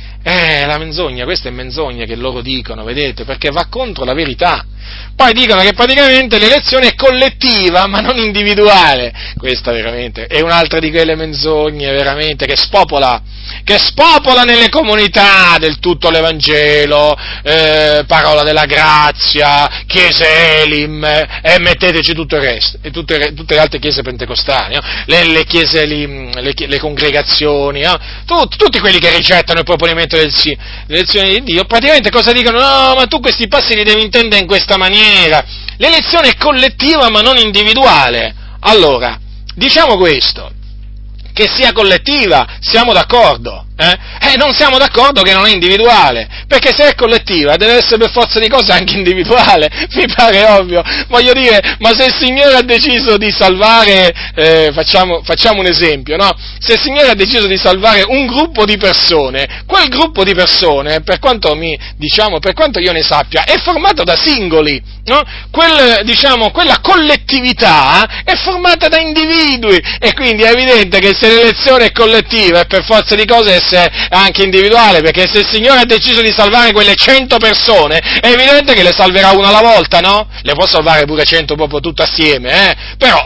La menzogna, questa è menzogna che loro dicono, vedete, perché va contro la verità. Poi dicono che praticamente l'elezione è collettiva, ma non individuale. Questa veramente è un'altra di quelle menzogne, veramente, che spopola nelle comunità del tutto l'Evangelo, parola della grazia, chiese Elim, e metteteci tutto il resto, e tutte le altre chiese pentecostali, no? le chiese Elim, le congregazioni, no? Tutti quelli che rigettano il proponimento dell'elezione di Dio, praticamente cosa dicono? No, ma tu questi passi li devi intendere in questa maniera, l'elezione è collettiva ma non individuale. Allora, diciamo questo, che sia collettiva, siamo d'accordo, non siamo d'accordo che non è individuale, perché se è collettiva deve essere per forza di cose anche individuale, mi pare ovvio. Voglio dire, ma se il Signore ha deciso di salvare, facciamo un esempio, no? Se il Signore ha deciso di salvare un gruppo di persone, quel gruppo di persone, per quanto io ne sappia, è formato da singoli, no? Quella collettività è formata da individui, e quindi è evidente che se l'elezione è collettiva è per forza di cose essere anche individuale, perché se il Signore ha deciso di salvare quelle 100 persone, è evidente che le salverà una alla volta, no? Le può salvare pure 100 proprio tutte assieme, però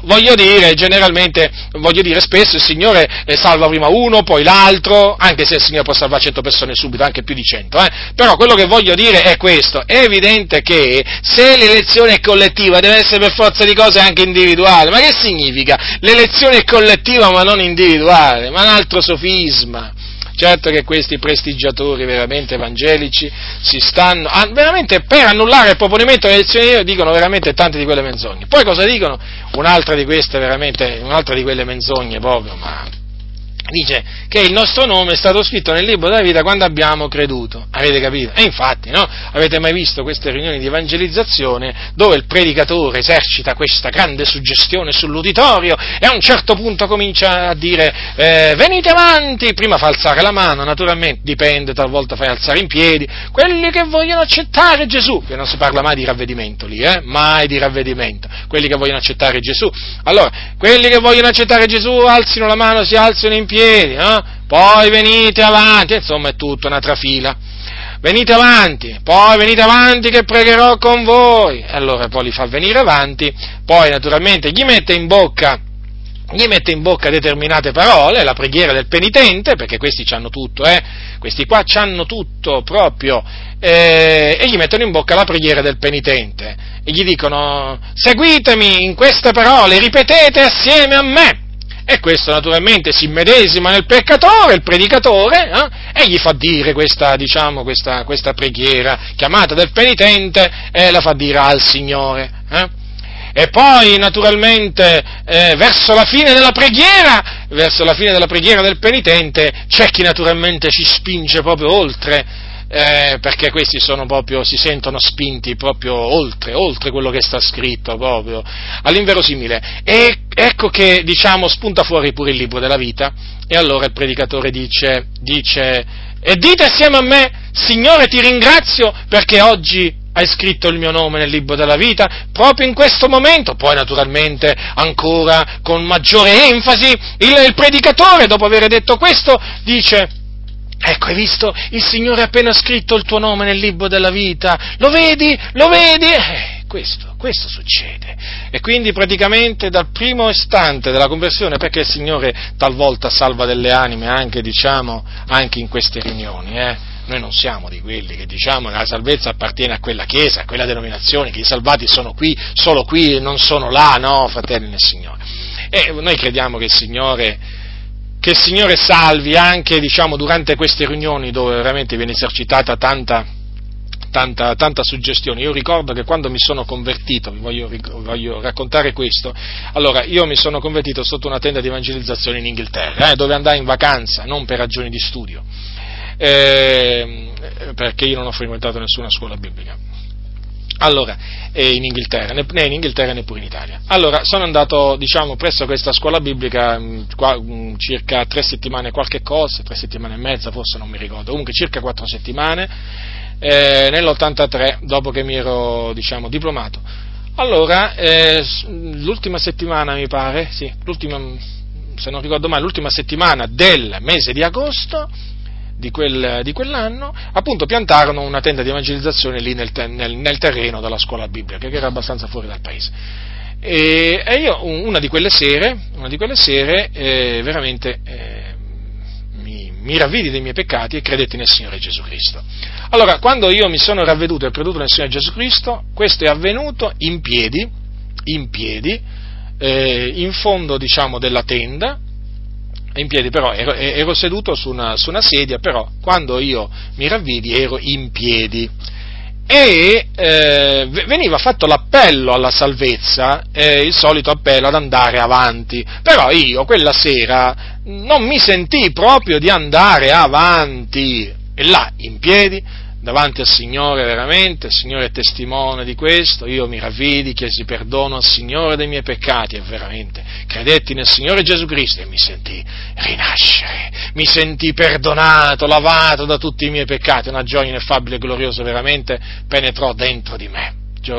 spesso il Signore salva prima uno, poi l'altro, anche se il Signore può salvare 100 persone subito, anche più di 100, però quello che voglio dire è questo: è evidente che se l'elezione è collettiva deve essere per forza di cose anche individuale. Ma che significa? L'elezione è collettiva ma non individuale, ma un altro sofisma. Certo che questi prestigiatori veramente evangelici si stanno, veramente per annullare il proponimento dell'elezione di Dio, dicono veramente tante di quelle menzogne. Poi cosa dicono? Un'altra di quelle menzogne proprio, ma dice che il nostro nome è stato scritto nel libro della vita quando abbiamo creduto. Avete capito? E infatti, no? Avete mai visto queste riunioni di evangelizzazione dove il predicatore esercita questa grande suggestione sull'uditorio e a un certo punto comincia a dire venite avanti, prima fa alzare la mano, naturalmente, dipende, talvolta fai alzare in piedi, quelli che vogliono accettare Gesù, che non si parla mai di ravvedimento lì, mai di ravvedimento, quelli che vogliono accettare Gesù. Allora, quelli che vogliono accettare Gesù alzino la mano, si alzino in piedi, no? Poi venite avanti, insomma è tutta una trafila. Venite avanti, poi venite avanti che pregherò con voi. Allora poi li fa venire avanti, poi naturalmente gli mette in bocca determinate parole, la preghiera del penitente, perché questi c'hanno tutto, questi qua c'hanno tutto proprio, e gli mettono in bocca la preghiera del penitente, e gli dicono: seguitemi in queste parole, ripetete assieme a me. E questo naturalmente si immedesima nel peccatore, il predicatore, e gli fa dire questa preghiera chiamata del penitente, e la fa dire al Signore. E poi naturalmente verso la fine della preghiera del penitente c'è chi naturalmente ci spinge proprio oltre, perché questi si sentono spinti proprio oltre quello che sta scritto, proprio all'inverosimile, e ecco che spunta fuori pure il libro della vita, e allora il predicatore dice e dite assieme a me: Signore, ti ringrazio perché oggi hai scritto il mio nome nel libro della vita, proprio in questo momento. Poi naturalmente ancora con maggiore enfasi il predicatore, dopo aver detto questo, dice: ecco, hai visto? Il Signore ha appena scritto il tuo nome nel libro della vita. Lo vedi? Questo questo succede. E quindi praticamente dal primo istante della conversione, perché il Signore talvolta salva delle anime anche, anche in queste riunioni, Noi non siamo di quelli che diciamo che la salvezza appartiene a quella chiesa, a quella denominazione, che i salvati sono qui, solo qui e non sono là, no, fratelli nel Signore. E noi crediamo che il Signore salvi anche, durante queste riunioni dove veramente viene esercitata tanta suggestione. Io ricordo che quando mi sono convertito, voglio raccontare questo, allora io mi sono convertito sotto una tenda di evangelizzazione in Inghilterra, dove andai in vacanza, non per ragioni di studio, perché io non ho frequentato nessuna scuola biblica. Allora, in Inghilterra, né in Inghilterra né pure in Italia. Allora, sono andato, presso questa scuola biblica circa 3 settimane qualche cosa, 3 settimane e mezza, forse non mi ricordo, comunque circa 4 settimane, nell'83, dopo che mi ero, diplomato. Allora, l'ultima settimana mi pare, se non ricordo male, l'ultima settimana del mese di agosto, di quell'anno, appunto piantarono una tenda di evangelizzazione lì nel terreno della scuola biblica, che era abbastanza fuori dal paese. E io una di quelle sere veramente mi ravvidi dei miei peccati e credetti nel Signore Gesù Cristo. Allora, quando io mi sono ravveduto e creduto nel Signore Gesù Cristo, questo è avvenuto in piedi, in fondo, della tenda, in piedi, però ero seduto su una sedia, però quando io mi ravvidi ero in piedi e veniva fatto l'appello alla salvezza, il solito appello ad andare avanti, però io quella sera non mi sentii proprio di andare avanti, e là in piedi davanti al Signore, veramente, il Signore è testimone di questo, io mi ravvidi, chiesi perdono al Signore dei miei peccati e veramente credetti nel Signore Gesù Cristo e mi sentii rinascere, mi sentii perdonato, lavato da tutti i miei peccati, una gioia ineffabile e gloriosa veramente penetrò dentro di me,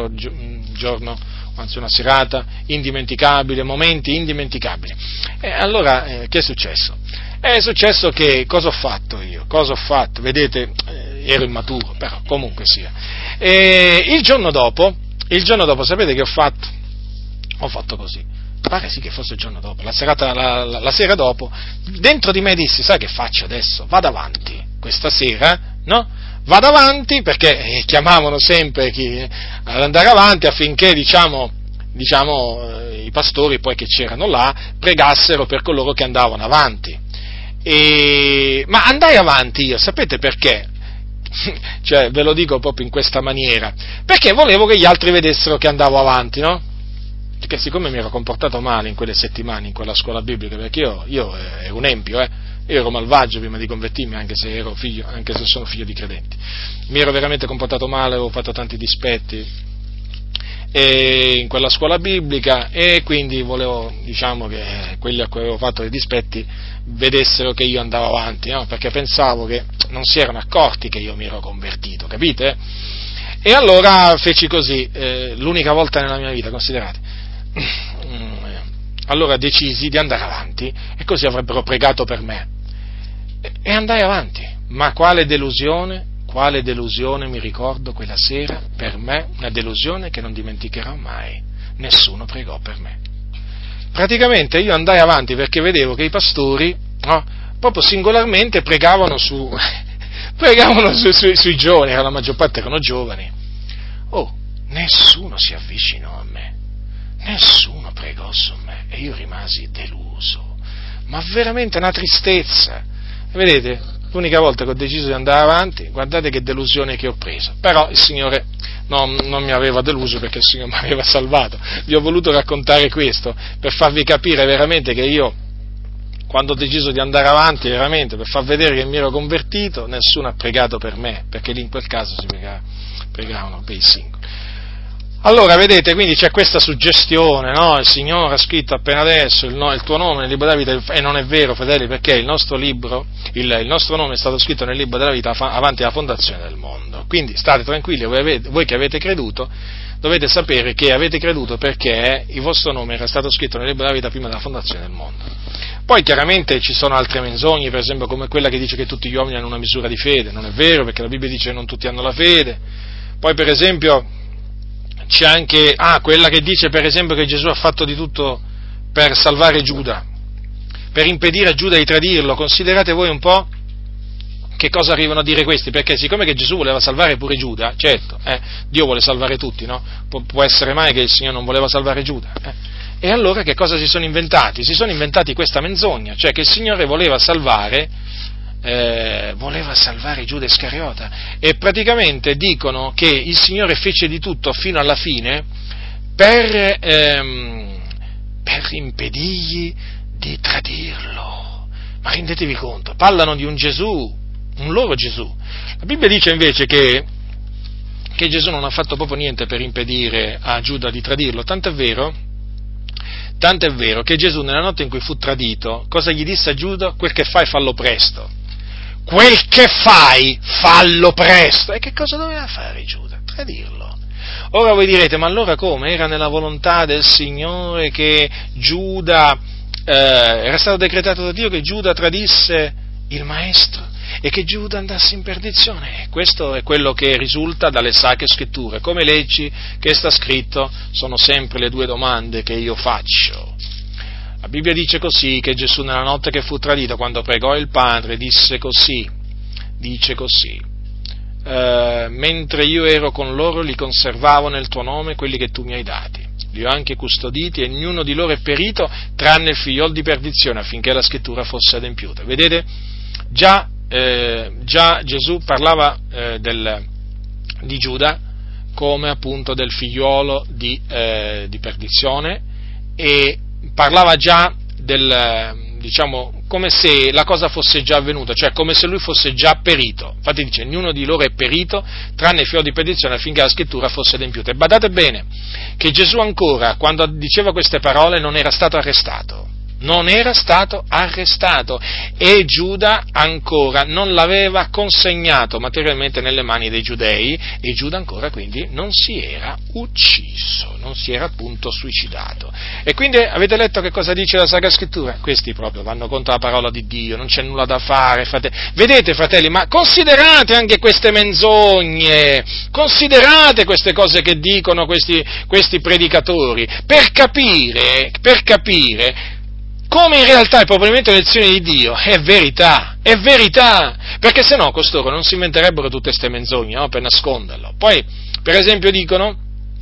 una serata indimenticabile, momenti indimenticabili. E allora, che è successo? È successo che, cosa ho fatto io? Vedete, ero immaturo, però comunque sia. E il giorno dopo, sapete che ho fatto? Ho fatto così. Pare sì che fosse il giorno dopo, la sera dopo, dentro di me dissi, sai che faccio adesso? Vado avanti, questa sera, no? Vado avanti perché chiamavano sempre ad andare avanti affinché, i pastori poi che c'erano là pregassero per coloro che andavano avanti. Ma andai avanti io, sapete perché? Cioè, ve lo dico proprio in questa maniera, perché volevo che gli altri vedessero che andavo avanti, no? Perché siccome mi ero comportato male in quelle settimane in quella scuola biblica, perché io ero un empio, io ero malvagio prima di convertirmi, anche se sono figlio di credenti, mi ero veramente comportato male, avevo fatto tanti dispetti in quella scuola biblica e quindi volevo, che quelli a cui avevo fatto dei dispetti vedessero che io andavo avanti, no? Perché pensavo che non si erano accorti che io mi ero convertito, capite? E allora feci così, l'unica volta nella mia vita, considerate, allora decisi di andare avanti e così avrebbero pregato per me e andai avanti, ma quale delusione mi ricordo quella sera, per me una delusione che non dimenticherò mai, nessuno pregò per me. Praticamente io andai avanti perché vedevo che i pastori, no, proprio singolarmente pregavano sui giovani, la maggior parte erano giovani. Nessuno si avvicinò a me, nessuno pregò su me e io rimasi deluso, ma veramente una tristezza, vedete? L'unica volta che ho deciso di andare avanti, guardate che delusione che ho preso, però il Signore non mi aveva deluso perché il Signore mi aveva salvato. Vi ho voluto raccontare questo per farvi capire veramente che io, quando ho deciso di andare avanti, veramente per far vedere che mi ero convertito, nessuno ha pregato per me, perché lì in quel caso si pregavano per i singoli. Allora, vedete, quindi c'è questa suggestione, no? Il Signore ha scritto appena adesso il tuo nome nel libro della vita, e non è vero, fratelli, perché il nostro nome è stato scritto nel libro della vita avanti alla fondazione del mondo. Quindi state tranquilli, voi che avete creduto, dovete sapere che avete creduto perché il vostro nome era stato scritto nel libro della vita prima della fondazione del mondo. Poi chiaramente ci sono altre menzogne, per esempio come quella che dice che tutti gli uomini hanno una misura di fede, non è vero, perché la Bibbia dice che non tutti hanno la fede. Poi per esempio c'è anche, quella che dice per esempio che Gesù ha fatto di tutto per salvare Giuda, per impedire a Giuda di tradirlo. Considerate voi un po' che cosa arrivano a dire questi, perché siccome che Gesù voleva salvare pure Giuda, certo, Dio vuole salvare tutti, no? Può essere mai che il Signore non voleva salvare Giuda? E allora che cosa si sono inventati? Si sono inventati questa menzogna, cioè che il Signore voleva salvare Giuda Iscariota, e praticamente dicono che il Signore fece di tutto fino alla fine per impedirgli di tradirlo. Ma rendetevi conto, parlano di un Gesù, un loro Gesù. La Bibbia dice invece che Gesù non ha fatto proprio niente per impedire a Giuda di tradirlo, tant'è vero che Gesù nella notte in cui fu tradito, cosa gli disse a Giuda? Quel che fai fallo presto. Quel che fai fallo presto. E che cosa doveva fare Giuda? Tradirlo. Ora voi direte, ma allora come? Era nella volontà del Signore che Giuda, era stato decretato da Dio che Giuda tradisse il Maestro e che Giuda andasse in perdizione. Questo è quello che risulta dalle Sacre Scritture. Come leggi che sta scritto? Sono sempre le due domande che io faccio. La Bibbia dice così, che Gesù nella notte che fu tradito, quando pregò il Padre, dice così, mentre io ero con loro li conservavo nel tuo nome quelli che tu mi hai dati, li ho anche custoditi e ognuno di loro è perito tranne il figliol di perdizione, affinché la scrittura fosse adempiuta. Vedete? Già Gesù parlava di Giuda come appunto del figliuolo di perdizione, e parlava già come se la cosa fosse già avvenuta, cioè come se lui fosse già perito. Infatti dice, ognuno di loro è perito, tranne il figlio di perdizione, affinché la scrittura fosse adempiuta. E badate bene, che Gesù ancora, quando diceva queste parole, non era stato arrestato, e Giuda ancora non l'aveva consegnato materialmente nelle mani dei giudei, e Giuda ancora quindi non si era ucciso, non si era appunto suicidato. E quindi avete letto che cosa dice la Sacra Scrittura? Questi proprio vanno contro la parola di Dio, non c'è nulla da fare, vedete fratelli, ma considerate anche queste menzogne, considerate queste cose che dicono questi predicatori, per capire come in realtà il proponimento dell'elezione di Dio è verità, perché se no costoro non si inventerebbero tutte queste menzogne, no, per nasconderlo. Poi, per esempio, dicono,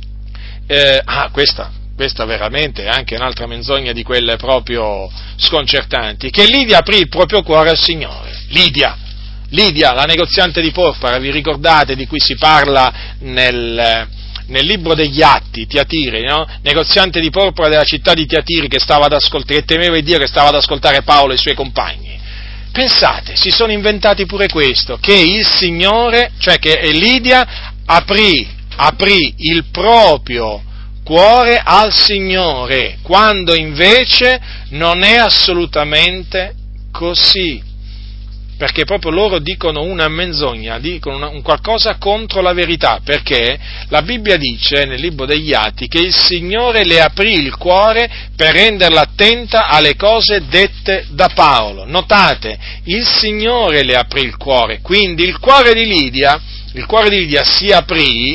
questa veramente è anche un'altra menzogna di quelle proprio sconcertanti, che Lidia aprì il proprio cuore al Signore. Lidia, la negoziante di porpora, vi ricordate, di cui si parla nel libro degli Atti, Tiatire, no? Negoziante di porpora della città di Tiatiri, che temeva il Dio, che stava ad ascoltare Paolo e i suoi compagni. Pensate, si sono inventati pure questo, che il Signore, cioè che Lidia aprì il proprio cuore al Signore, quando invece non è assolutamente così. Perché proprio loro dicono una menzogna, dicono un qualcosa contro la verità, perché la Bibbia dice nel libro degli Atti che il Signore le aprì il cuore per renderla attenta alle cose dette da Paolo. Notate, il Signore le aprì il cuore, quindi il cuore di Lidia si aprì,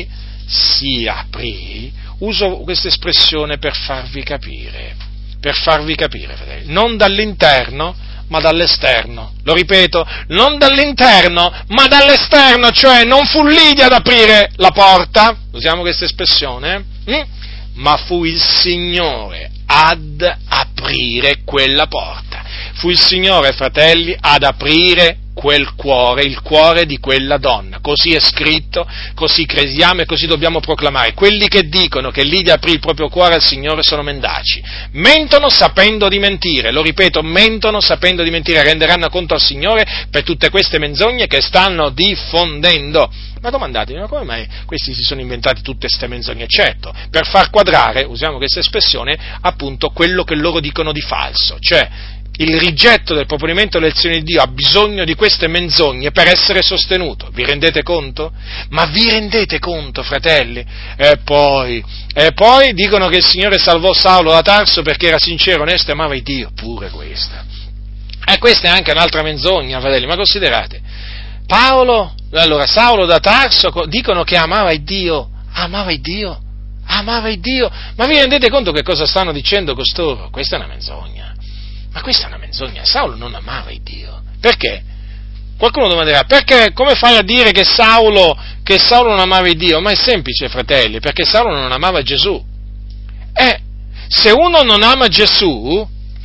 uso questa espressione per farvi capire, fratelli, non dall'interno, ma dall'esterno. Lo ripeto, non dall'interno, ma dall'esterno, cioè non fu Lidia ad aprire la porta, usiamo questa espressione, ma fu il Signore ad aprire quella porta. Fu il Signore, fratelli, ad aprire quel cuore, il cuore di quella donna. Così è scritto, così crediamo e così dobbiamo proclamare. Quelli che dicono che Lidia aprì il proprio cuore al Signore sono mendaci. Mentono sapendo di mentire, lo ripeto, mentono sapendo di mentire, renderanno conto al Signore per tutte queste menzogne che stanno diffondendo. Ma domandatevi, ma come mai questi si sono inventati tutte queste menzogne? Certo, per far quadrare, usiamo questa espressione, appunto quello che loro dicono di falso, cioè il rigetto del proponimento dell'elezione di Dio ha bisogno di queste menzogne per essere sostenuto. Vi rendete conto? Ma vi rendete conto, fratelli? E poi dicono che il Signore salvò Saulo da Tarso perché era sincero, onesto e amava il Dio. Pure questa. E questa è anche un'altra menzogna, fratelli, ma considerate. Saulo da Tarso, dicono che amava il Dio. amava il Dio. Ma vi rendete conto che cosa stanno dicendo costoro? Questa è una menzogna. Ma questa è una menzogna. Saulo non amava il Dio. Perché? Qualcuno domanderà, perché come fai a dire che Saulo non amava il Dio? Ma è semplice, fratelli, perché Saulo non amava Gesù. Se uno non ama Gesù,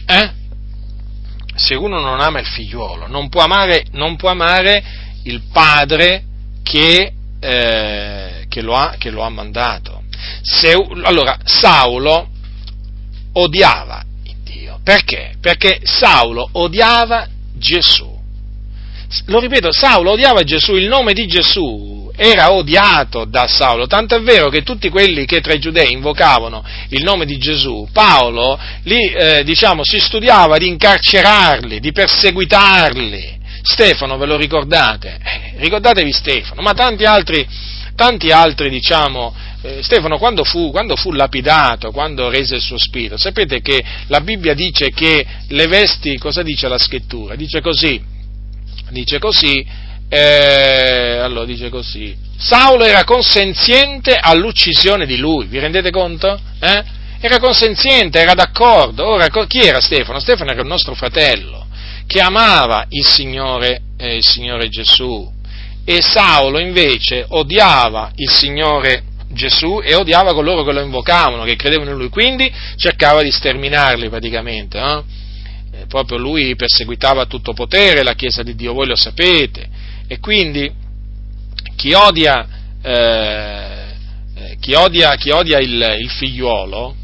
se uno non ama il figliuolo, non può amare il padre che lo ha mandato. Allora, Saulo odiava il Dio. Perché? Perché Saulo odiava Gesù. Lo ripeto, Saulo odiava Gesù, il nome di Gesù era odiato da Saulo, tanto è vero che tutti quelli che tra i giudei invocavano il nome di Gesù, Paolo si studiava di incarcerarli, di perseguitarli. Stefano, ve lo ricordate? Ricordatevi Stefano, ma tanti altri, Stefano quando fu lapidato, quando rese il suo spirito, sapete che la Bibbia dice che le vesti, cosa dice la scrittura? Dice così, Saulo era consenziente all'uccisione di lui, vi rendete conto? Era consenziente, era d'accordo. Ora, chi era Stefano? Stefano era il nostro fratello, che amava il Signore Gesù, e Saulo invece odiava il Signore Gesù e odiava coloro che lo invocavano, che credevano in lui, quindi cercava di sterminarli praticamente, no? Proprio lui perseguitava a tutto potere la Chiesa di Dio, voi lo sapete, e quindi chi odia il figliuolo,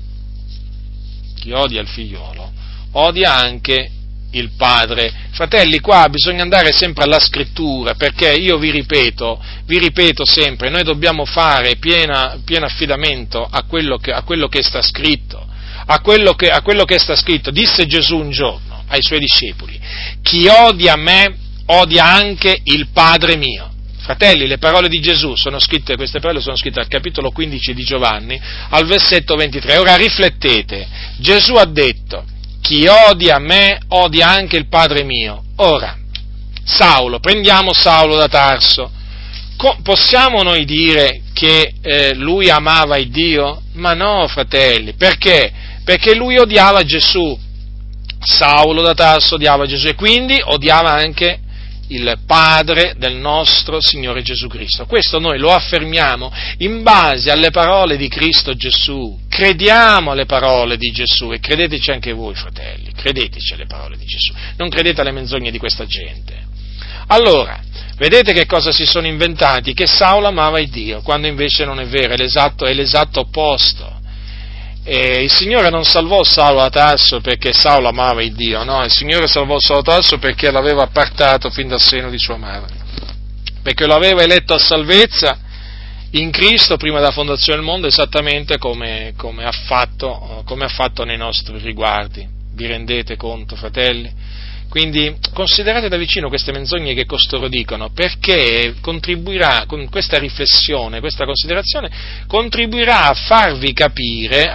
odia anche il padre. Fratelli, qua bisogna andare sempre alla scrittura, perché io vi ripeto sempre, noi dobbiamo fare pieno affidamento a quello che sta scritto. A quello che sta scritto. Disse Gesù un giorno ai suoi discepoli: chi odia me, odia anche il Padre mio. Fratelli, le parole di Gesù queste parole sono scritte al capitolo 15 di Giovanni, al versetto 23. Ora riflettete, Gesù ha detto: chi odia me, odia anche il Padre mio. Ora, prendiamo Saulo da Tarso. Possiamo noi dire che lui amava il Dio? Ma no, fratelli, perché? Perché lui odiava Gesù. Saulo da Tarso odiava Gesù e quindi odiava anche il Padre del nostro Signore Gesù Cristo. Questo noi lo affermiamo in base alle parole di Cristo Gesù. Crediamo alle parole di Gesù e credeteci anche voi, fratelli, credeteci alle parole di Gesù. Non credete alle menzogne di questa gente. Allora, vedete che cosa si sono inventati? Che Saulo amava il Dio, quando invece non è vero, è l'esatto opposto. E il Signore non salvò Saulo da Tarso perché Saulo amava il Dio, no, il Signore salvò Saulo da Tarso perché l'aveva appartato fin dal seno di sua madre, perché lo aveva eletto a salvezza in Cristo prima della fondazione del mondo, esattamente come ha fatto nei nostri riguardi. Vi rendete conto, fratelli? Quindi considerate da vicino queste menzogne che costoro dicono, perché contribuirà, con questa riflessione, questa considerazione, contribuirà a farvi capire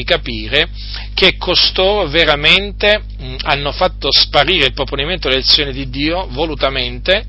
che costoro veramente hanno fatto sparire il proponimento dell'elezione di Dio volutamente,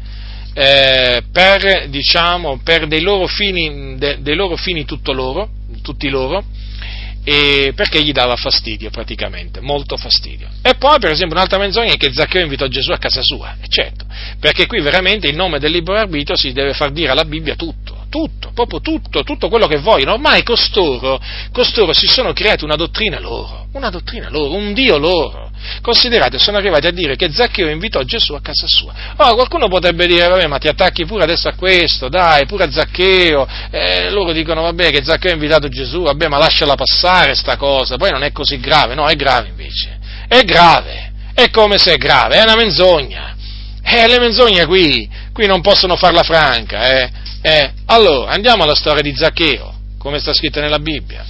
per dei loro fini tutti loro, e perché gli dava fastidio praticamente, molto fastidio. E poi per esempio un'altra menzogna è che Zaccheo invitò Gesù a casa sua, e certo, perché qui veramente in nome del libero arbitrio si deve far dire alla Bibbia proprio tutto quello che vogliono. Ormai costoro si sono creati una dottrina loro, un Dio loro. Considerate, sono arrivati a dire che Zaccheo invitò Gesù a casa sua. Ora qualcuno potrebbe dire, vabbè, ma ti attacchi pure adesso a questo, dai, pure a Zaccheo. Loro dicono, vabbè, che Zaccheo ha invitato Gesù, vabbè, ma lasciala passare sta cosa, poi non è così grave. No, è grave invece, è grave, è come se è grave, è una menzogna. Le menzogne qui non possono farla franca, Allora, andiamo alla storia di Zaccheo, come sta scritta nella Bibbia.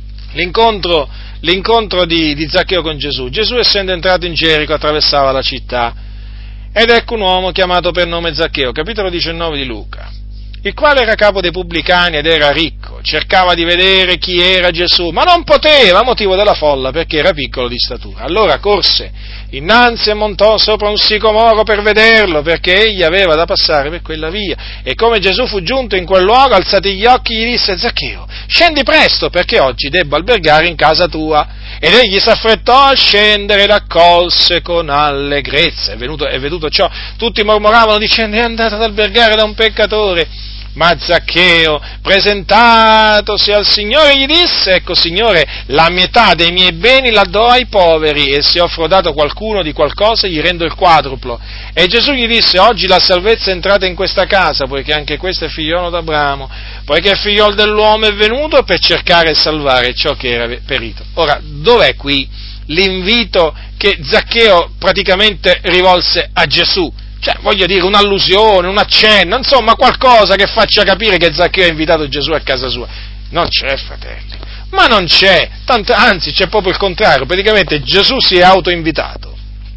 L'incontro di Zaccheo con Gesù. Gesù, essendo entrato in Gerico, attraversava la città, ed ecco un uomo chiamato per nome Zaccheo, capitolo 19 di Luca, il quale era capo dei pubblicani ed era ricco, cercava di vedere chi era Gesù, ma non poteva a motivo della folla perché era piccolo di statura. Allora corse innanzi e montò sopra un sicomoro per vederlo, perché egli aveva da passare per quella via. E come Gesù fu giunto in quel luogo, alzati gli occhi, gli disse: Zaccheo, scendi presto, perché oggi debbo albergare in casa tua. Ed egli s'affrettò a scendere e l'accolse con allegrezza. E veduto ciò, tutti mormoravano dicendo: è andato ad albergare da un peccatore. Ma Zaccheo, presentatosi al Signore, gli disse: ecco, Signore, la metà dei miei beni la do ai poveri, e se ho frodato qualcuno di qualcosa gli rendo il quadruplo. E Gesù gli disse: oggi la salvezza è entrata in questa casa, poiché anche questo è figliolo d'Abramo, poiché il figliolo dell'uomo è venuto per cercare e salvare ciò che era perito. Ora, dov'è qui l'invito che Zaccheo praticamente rivolse a Gesù? Cioè, voglio dire, un'allusione, un accenno, insomma, qualcosa che faccia capire che Zaccheo ha invitato Gesù a casa sua. Non c'è, fratelli, ma non c'è, anzi c'è proprio il contrario, praticamente Gesù si è autoinvitato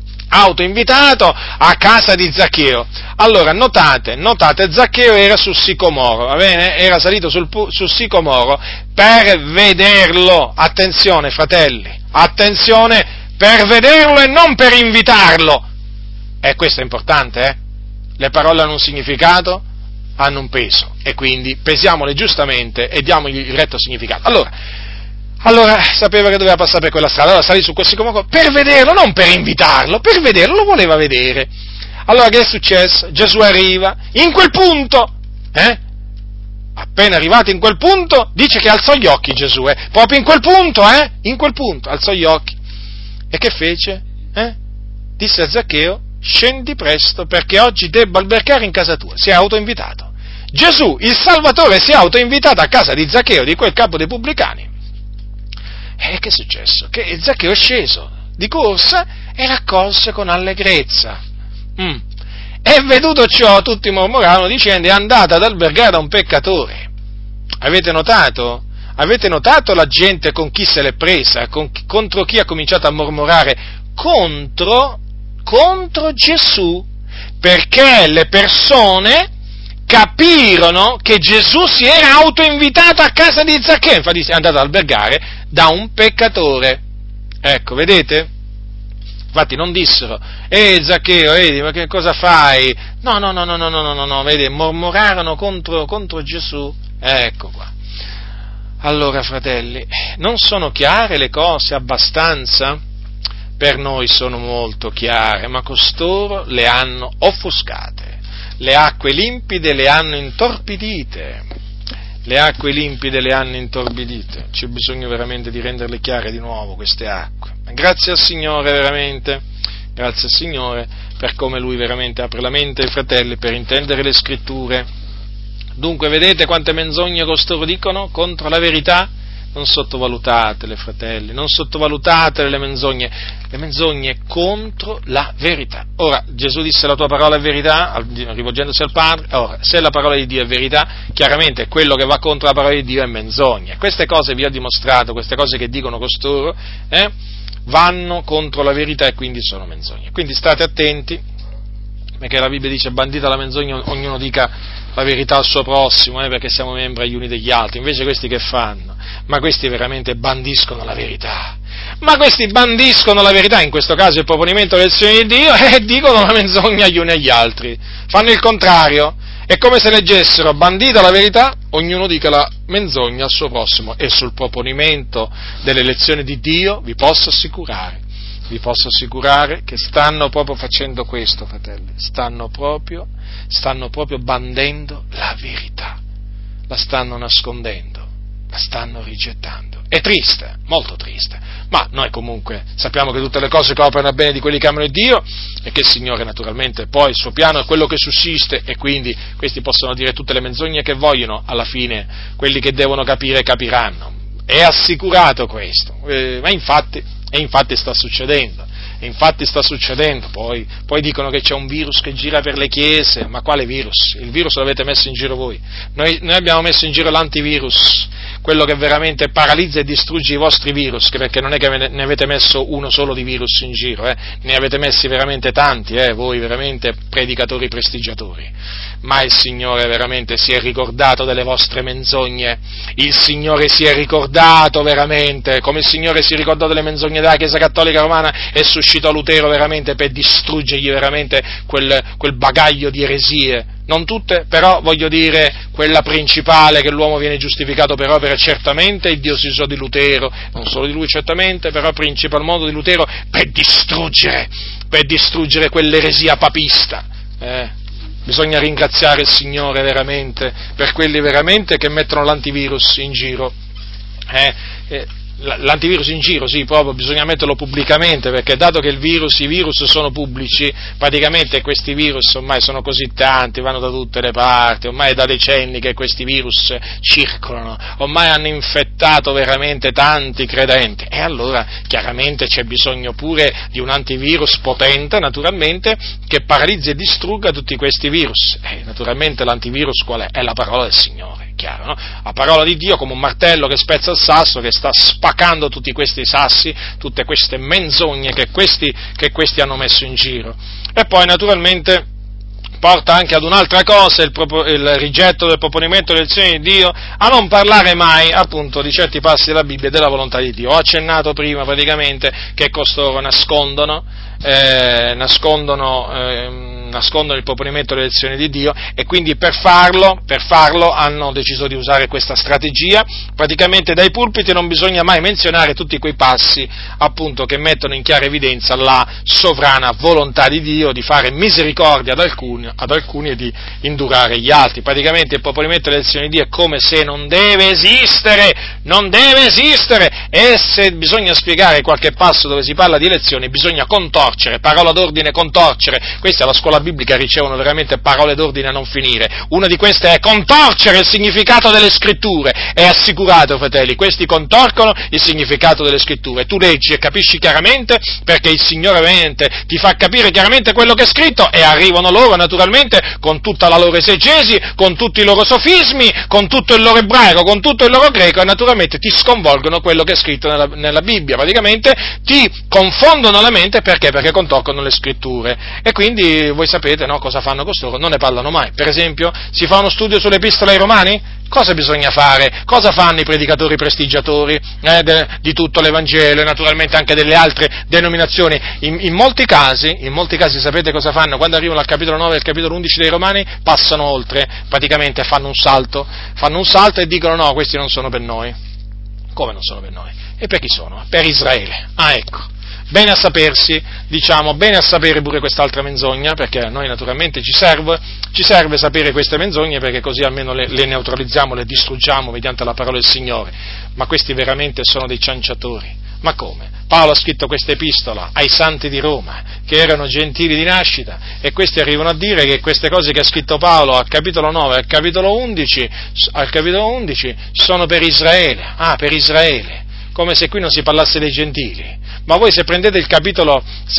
a casa di Zaccheo. Allora, notate, Zaccheo era sul sicomoro, va bene? Era salito sul sicomoro per vederlo, attenzione, fratelli, attenzione, per vederlo e non per invitarlo. E questo è importante, eh? Le parole hanno un significato, hanno un peso, e quindi pesiamole giustamente e diamogli il retto significato. Allora sapeva che doveva passare per quella strada, allora salì su quel sicomoro per vederlo, non per invitarlo, per vederlo, lo voleva vedere. Allora che è successo? Gesù arriva, in quel punto, appena arrivato in quel punto, dice che alzò gli occhi Gesù, proprio in quel punto, alzò gli occhi. E che fece? Disse a Zaccheo: scendi presto, perché oggi debbo albergare in casa tua. Si è autoinvitato. Gesù, il Salvatore, si è autoinvitato a casa di Zaccheo, di quel capo dei pubblicani. E che è successo? Che Zaccheo è sceso di corsa e l'accolse con allegrezza. E veduto ciò, tutti mormoravano dicendo: è andata ad albergare da un peccatore. Avete notato? Avete notato la gente con chi se l'è presa? Contro chi ha cominciato a mormorare? Contro Gesù, perché le persone capirono che Gesù si era autoinvitato a casa di Zaccheo, infatti è andato ad albergare da un peccatore. Ecco, vedete? Infatti non dissero: Zaccheo, vedi, ma che cosa fai? No, vedi, mormorarono contro Gesù. Ecco qua. Allora, fratelli, non sono chiare le cose abbastanza? Per noi sono molto chiare, ma costoro le hanno offuscate, le acque limpide le hanno intorpidite, c'è bisogno veramente di renderle chiare di nuovo queste acque. Grazie al Signore veramente, grazie al Signore per come Lui veramente apre la mente ai fratelli per intendere le Scritture. Dunque, vedete quante menzogne costoro dicono contro la verità? Non sottovalutatele, fratelli, non sottovalutatele le menzogne contro la verità. Ora, Gesù disse: la tua parola è verità, rivolgendosi al Padre. Ora, se la parola di Dio è verità, chiaramente quello che va contro la parola di Dio è menzogna. Queste cose vi ho dimostrato, queste cose che dicono costoro, vanno contro la verità e quindi sono menzogne. Quindi state attenti, perché la Bibbia dice: bandita la menzogna, ognuno dica la verità al suo prossimo, perché siamo membri gli uni degli altri. Invece questi che fanno? Ma questi veramente bandiscono la verità. Ma questi bandiscono la verità, in questo caso il proponimento dell'elezione di Dio, e dicono la menzogna agli uni agli altri. Fanno il contrario. È come se leggessero: bandita la verità, ognuno dica la menzogna al suo prossimo. E sul proponimento dell'elezione di Dio vi posso assicurare che stanno proprio facendo questo, fratelli, stanno proprio bandendo la verità, la stanno nascondendo, la stanno rigettando. È triste, molto triste, ma noi comunque sappiamo che tutte le cose cooperano a bene di quelli che amano Dio, e che il Signore naturalmente poi il suo piano è quello che sussiste, e quindi questi possono dire tutte le menzogne che vogliono, alla fine quelli che devono capire capiranno. È assicurato questo, ma infatti sta succedendo, poi dicono che c'è un virus che gira per le chiese. Ma quale virus? Il virus l'avete messo in giro voi, noi abbiamo messo in giro l'antivirus, quello che veramente paralizza e distrugge i vostri virus, perché non è che ne avete messo uno solo di virus in giro, ne avete messi veramente tanti, voi veramente predicatori prestigiatori, ma il Signore veramente si è ricordato delle vostre menzogne, il Signore si è ricordato veramente, come il Signore si ricordò delle menzogne della Chiesa Cattolica Romana e suscitò Lutero veramente per distruggergli veramente quel bagaglio di eresie. Non tutte, però voglio dire, quella principale, che l'uomo viene giustificato per opere, certamente, il Dio si usò di Lutero, non solo di lui certamente, però principal modo di Lutero per distruggere quell'eresia papista. Bisogna ringraziare il Signore veramente, per quelli veramente che mettono l'antivirus in giro. L'antivirus in giro, sì, proprio bisogna metterlo pubblicamente, perché dato che i virus sono pubblici, praticamente questi virus ormai sono così tanti, vanno da tutte le parti, ormai è da decenni che questi virus circolano, ormai hanno infettato veramente tanti credenti, e allora chiaramente c'è bisogno pure di un antivirus potente, naturalmente, che paralizzi e distrugga tutti questi virus. Naturalmente l'antivirus qual è? È la parola del Signore, chiaro, no? La parola di Dio come un martello che spezza il sasso, che sta spaccando tutti questi sassi, tutte queste menzogne che questi hanno messo in giro. E poi naturalmente porta anche ad un'altra cosa, il rigetto del proponimento delle elezioni di Dio, a non parlare mai appunto di certi passi della Bibbia e della volontà di Dio. Ho accennato prima praticamente che costoro nascondono il proponimento delle elezioni di Dio, e quindi per farlo hanno deciso di usare questa strategia. Praticamente dai pulpiti non bisogna mai menzionare tutti quei passi appunto che mettono in chiara evidenza la sovrana volontà di Dio di fare misericordia ad alcuni e di indurare gli altri. Praticamente il proponimento delle elezioni di Dio è come se non deve esistere, e se bisogna spiegare qualche passo dove si parla di elezioni bisogna contorcere, parola d'ordine contorcere. Questi alla scuola biblica ricevono veramente parole d'ordine a non finire. Una di queste è contorcere il significato delle scritture. È assicurato, fratelli, questi contorcono il significato delle scritture. Tu leggi e capisci chiaramente, perché il Signore veramente ti fa capire chiaramente quello che è scritto, e arrivano loro naturalmente con tutta la loro esegesi, con tutti i loro sofismi, con tutto il loro ebraico, con tutto il loro greco, e naturalmente ti sconvolgono quello che è scritto nella Bibbia. Praticamente ti confondono la mente, perché? Perché contorcono le scritture. E quindi voi sapete, no, cosa fanno costoro? Non ne parlano mai. Per esempio, si fa uno studio sulle epistole ai Romani? Cosa bisogna fare? Cosa fanno i predicatori prestigiatori di tutto l'Evangelo e naturalmente anche delle altre denominazioni? In molti casi sapete cosa fanno? Quando arrivano al capitolo 9 e al capitolo 11 dei Romani passano oltre, praticamente fanno un salto e dicono no, questi non sono per noi. Come non sono per noi? E per chi sono? Per Israele. Ecco. Bene a sapersi, bene a sapere pure quest'altra menzogna, perché a noi naturalmente ci serve sapere queste menzogne, perché così almeno le neutralizziamo, le distruggiamo mediante la parola del Signore. Ma questi veramente sono dei cianciatori. Ma come? Paolo ha scritto questa epistola ai santi di Roma, che erano gentili di nascita, e questi arrivano a dire che queste cose che ha scritto Paolo al capitolo 9 e al capitolo 11 sono per Israele. Per Israele. Come se qui non si parlasse dei gentili. Ma voi se prendete il capitolo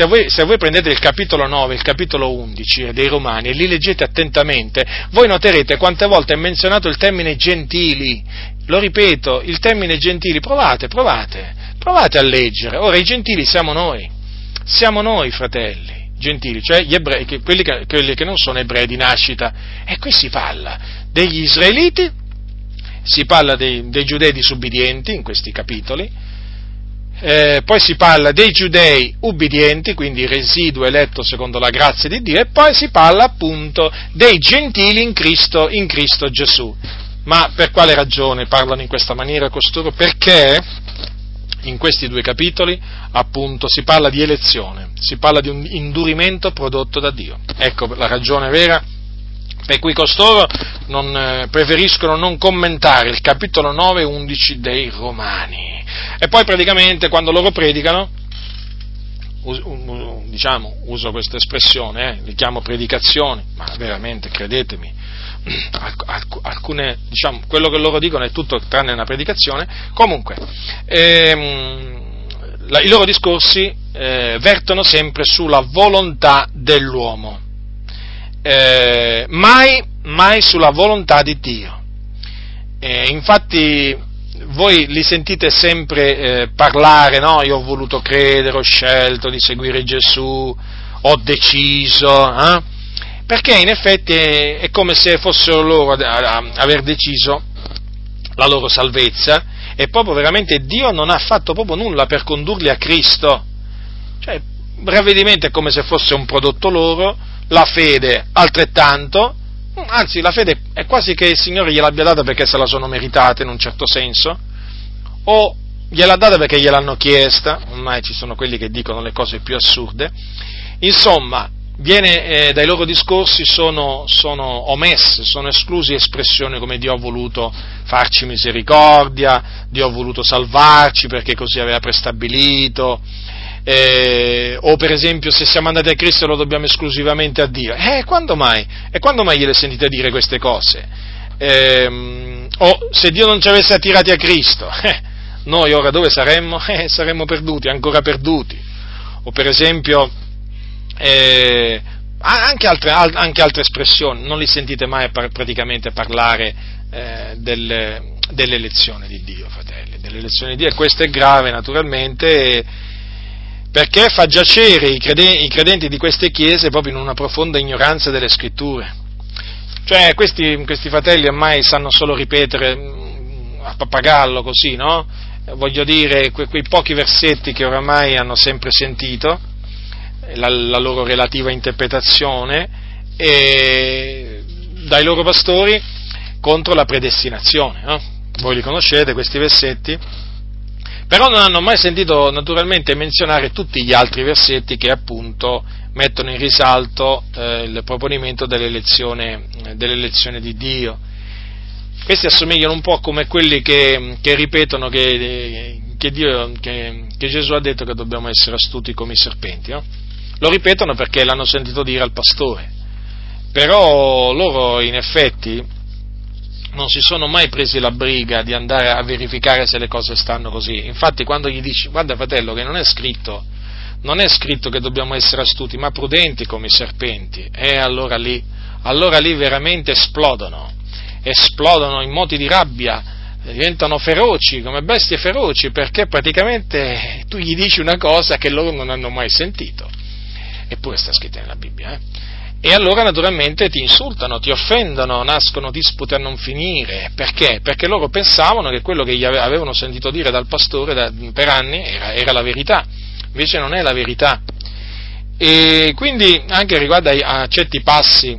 9, il capitolo 11 dei Romani, e li leggete attentamente, voi noterete quante volte è menzionato il termine gentili. Lo ripeto, il termine gentili, provate a leggere. Ora i gentili siamo noi, fratelli, gentili, cioè gli ebrei, quelli che non sono ebrei di nascita. E qui si parla degli israeliti, si parla dei giudei disubbidienti in questi capitoli, poi si parla dei giudei ubbidienti, quindi residuo eletto secondo la grazia di Dio, e poi si parla appunto dei gentili in Cristo Gesù. Ma per quale ragione parlano in questa maniera costoro? Perché in questi due capitoli appunto si parla di elezione, si parla di un indurimento prodotto da Dio. Ecco la ragione vera per cui costoro preferiscono non commentare il capitolo 9 e 11 dei Romani. E poi praticamente quando loro predicano, uso questa espressione, li chiamo predicazioni, ma veramente, credetemi, alcune, quello che loro dicono è tutto tranne una predicazione. Comunque, i loro discorsi vertono sempre sulla volontà dell'uomo. Mai sulla volontà di Dio. Infatti voi li sentite sempre parlare, no? Io ho voluto credere, ho scelto di seguire Gesù, ho deciso, perché in effetti è come se fossero loro aver deciso la loro salvezza, e proprio veramente Dio non ha fatto proprio nulla per condurli a Cristo. Cioè, il ravvedimento è come se fosse un prodotto loro, la fede altrettanto, anzi la fede è quasi che il Signore gliel'abbia data perché se la sono meritata in un certo senso, o gliel'ha data perché gliel'hanno chiesta. Ormai ci sono quelli che dicono le cose più assurde. Insomma, dai loro discorsi sono omesse, sono esclusi espressioni come Dio ha voluto farci misericordia, Dio ha voluto salvarci perché così aveva prestabilito, o per esempio se siamo andati a Cristo lo dobbiamo esclusivamente a Dio. Quando mai? E quando mai gliele sentite dire queste cose? O se Dio non ci avesse attirati a Cristo, noi ora dove saremmo? Saremmo perduti, ancora perduti. O per esempio anche altre espressioni, non li sentite mai praticamente parlare dell'elezione di Dio, fratelli, dell'elezione di Dio, e questo è grave naturalmente, perché fa giacere i credenti di queste chiese proprio in una profonda ignoranza delle Scritture. Cioè questi fratelli ormai sanno solo ripetere a pappagallo così, no? Voglio dire, quei pochi versetti che oramai hanno sempre sentito, la loro relativa interpretazione, e dai loro pastori contro la predestinazione, no? Voi li conoscete questi versetti, però non hanno mai sentito naturalmente menzionare tutti gli altri versetti che appunto mettono in risalto il proponimento dell'elezione di Dio. Questi assomigliano un po' come quelli che ripetono che Gesù ha detto che dobbiamo essere astuti come i serpenti, no? Lo ripetono perché l'hanno sentito dire al pastore, però loro in effetti non si sono mai presi la briga di andare a verificare se le cose stanno così. Infatti quando gli dici: guarda fratello, che non è scritto che dobbiamo essere astuti, ma prudenti come i serpenti, e allora lì veramente esplodono in moti di rabbia, diventano feroci, come bestie feroci, perché praticamente tu gli dici una cosa che loro non hanno mai sentito, eppure sta scritta nella Bibbia, E allora naturalmente ti insultano, ti offendono, nascono dispute a non finire. Perché? Perché loro pensavano che quello che gli avevano sentito dire dal pastore per anni era la verità, invece non è la verità. E quindi anche riguardo a certi passi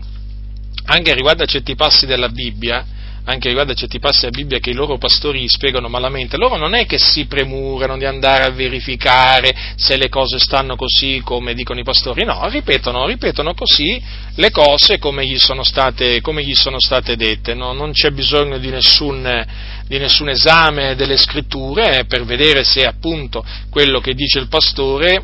della Bibbia, che i loro pastori spiegano malamente, loro non è che si premurano di andare a verificare se le cose stanno così come dicono i pastori, no, ripetono così le cose come gli sono state dette, no? Non c'è bisogno di nessun esame delle scritture per vedere se appunto quello che dice il pastore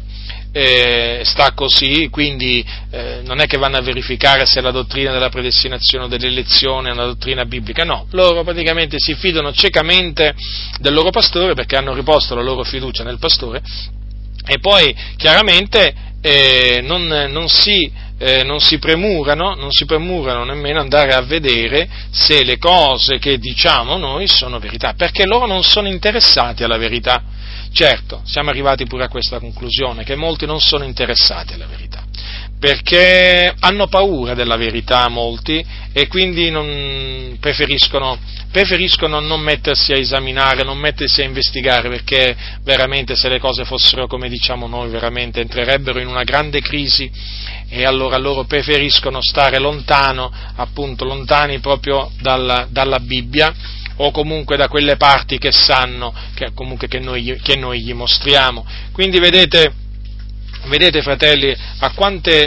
sta così, quindi non è che vanno a verificare se la dottrina della predestinazione o dell'elezione è una dottrina biblica, no, loro praticamente si fidano ciecamente del loro pastore perché hanno riposto la loro fiducia nel pastore, e poi chiaramente non si premurano nemmeno andare a vedere se le cose che diciamo noi sono verità, perché loro non sono interessati alla verità. Certo, siamo arrivati pure a questa conclusione, che molti non sono interessati alla verità, perché hanno paura della verità molti, e quindi preferiscono non mettersi a esaminare, non mettersi a investigare, perché veramente se le cose fossero come diciamo noi, veramente entrerebbero in una grande crisi, e allora loro preferiscono stare lontani proprio dalla Bibbia, o comunque da quelle parti che sanno, che noi gli mostriamo. Quindi vedete fratelli, a quante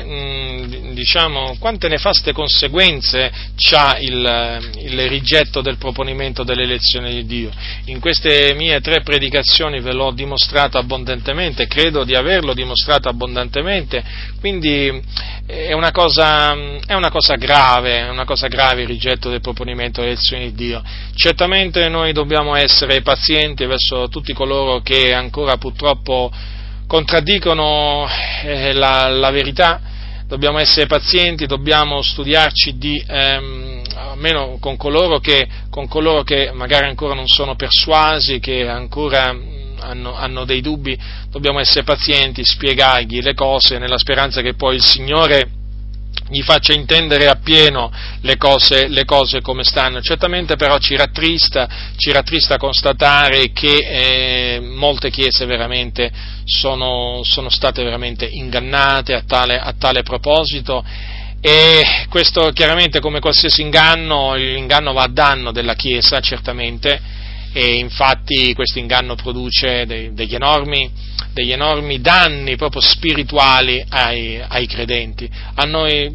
nefaste conseguenze c'ha il rigetto del proponimento dell'elezione di Dio. In queste mie 3 predicazioni ve l'ho dimostrato abbondantemente, credo di averlo dimostrato abbondantemente, quindi è una cosa grave il rigetto del proponimento dell'elezione di Dio. Certamente noi dobbiamo essere pazienti verso tutti coloro che ancora purtroppo contraddicono la verità, dobbiamo essere pazienti, dobbiamo studiarci di almeno con coloro che magari ancora non sono persuasi, che ancora hanno dei dubbi, dobbiamo essere pazienti, spiegargli le cose nella speranza che poi il Signore gli faccia intendere appieno le cose come stanno. Certamente però ci rattrista constatare che molte chiese veramente sono state veramente ingannate a tale proposito, e questo chiaramente, come qualsiasi inganno, l'inganno va a danno della Chiesa, certamente, e infatti questo inganno produce degli enormi danni proprio spirituali ai credenti. A noi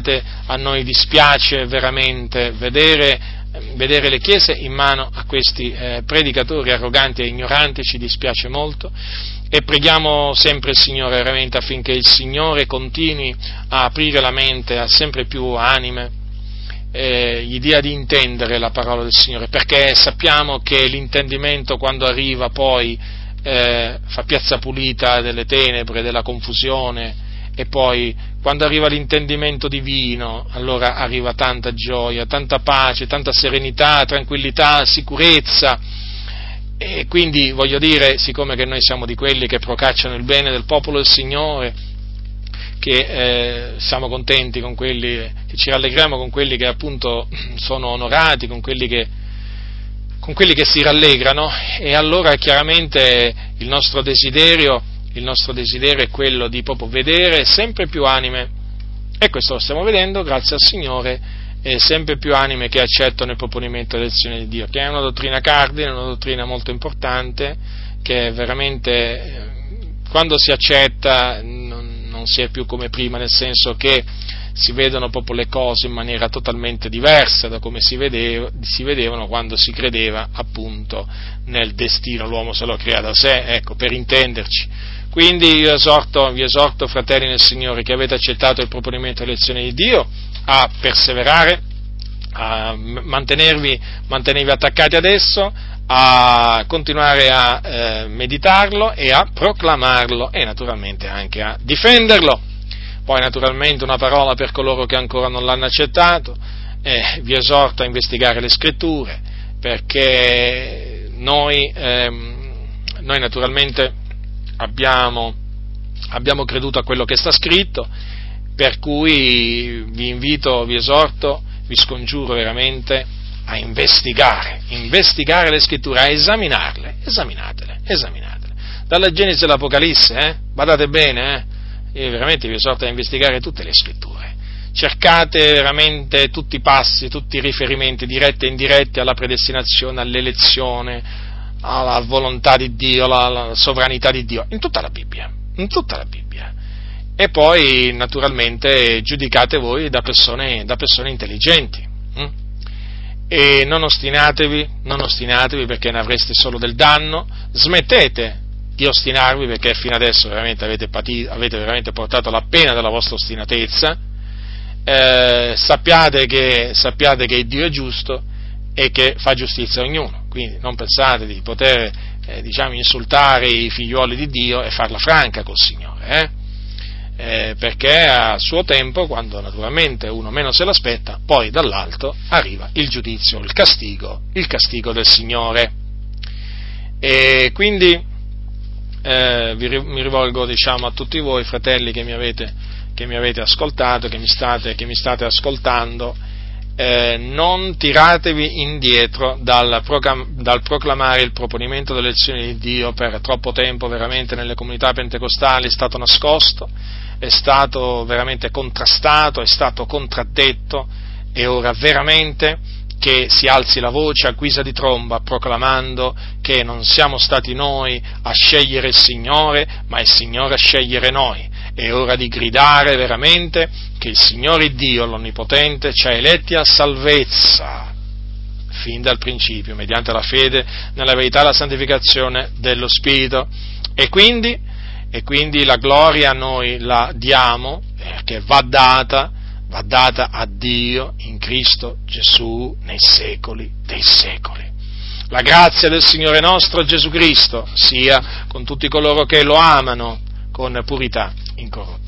dispiace veramente vedere le chiese in mano a questi predicatori arroganti e ignoranti, ci dispiace molto, e preghiamo sempre il Signore veramente affinché il Signore continui a aprire la mente a sempre più anime, gli dia di intendere la parola del Signore, perché sappiamo che l'intendimento, quando arriva poi, fa piazza pulita delle tenebre, della confusione, e poi quando arriva l'intendimento divino, allora arriva tanta gioia, tanta pace, tanta serenità, tranquillità, sicurezza. E quindi voglio dire, siccome che noi siamo di quelli che procacciano il bene del popolo del Signore, che siamo contenti con quelli, che ci rallegriamo con quelli che appunto sono onorati, con quelli che si rallegrano, e allora chiaramente il nostro desiderio è quello di proprio vedere sempre più anime, e questo lo stiamo vedendo, grazie al Signore, sempre più anime che accettano il proponimento dell'elezione di Dio, che è una dottrina cardine, una dottrina molto importante, che veramente quando si accetta non si è più come prima, nel senso che si vedono proprio le cose in maniera totalmente diversa da come si vedevano quando si credeva appunto nel destino, l'uomo se lo crea da sé, ecco, per intenderci. Quindi vi esorto, fratelli nel Signore, che avete accettato il proponimento dell'elezione di Dio, a perseverare, a mantenervi attaccati ad esso, a continuare a meditarlo e a proclamarlo, e naturalmente anche a difenderlo. Poi naturalmente una parola per coloro che ancora non l'hanno accettato: vi esorto a investigare le Scritture, perché noi naturalmente abbiamo creduto a quello che sta scritto, per cui vi invito, vi esorto, vi scongiuro veramente a investigare le Scritture, a esaminatele, dalla Genesi all'Apocalisse, badate bene, io veramente vi esorto a investigare tutte le Scritture, cercate veramente tutti i passi, tutti i riferimenti, diretti e indiretti, alla predestinazione, all'elezione, alla volontà di Dio, alla sovranità di Dio, in tutta la Bibbia, e poi naturalmente giudicate voi da persone intelligenti, e non ostinatevi perché ne avreste solo del danno. Smettete di ostinarvi, perché fino adesso veramente avete veramente portato la pena della vostra ostinatezza. Sappiate che Dio è giusto e che fa giustizia a ognuno, quindi non pensate di poter insultare i figliuoli di Dio e farla franca col Signore, perché a suo tempo, quando naturalmente uno meno se l'aspetta, poi dall'alto arriva il giudizio, il castigo del Signore. E quindi mi rivolgo a tutti voi fratelli che mi avete ascoltato, che mi state ascoltando, non tiratevi indietro dal proclamare il proponimento dell'elezione di Dio. Per troppo tempo veramente nelle comunità pentecostali è stato nascosto, è stato veramente contrastato, è stato contraddetto, e ora veramente che si alzi la voce a guisa di tromba proclamando che non siamo stati noi a scegliere il Signore, ma il Signore a scegliere noi. È ora di gridare veramente che il Signore Dio, l'Onnipotente, ci ha eletti a salvezza, fin dal principio, mediante la fede nella verità e la santificazione dello Spirito. E quindi la gloria noi la diamo, che va data a Dio in Cristo Gesù nei secoli dei secoli. La grazia del Signore nostro Gesù Cristo sia con tutti coloro che lo amano con purità incorrotta.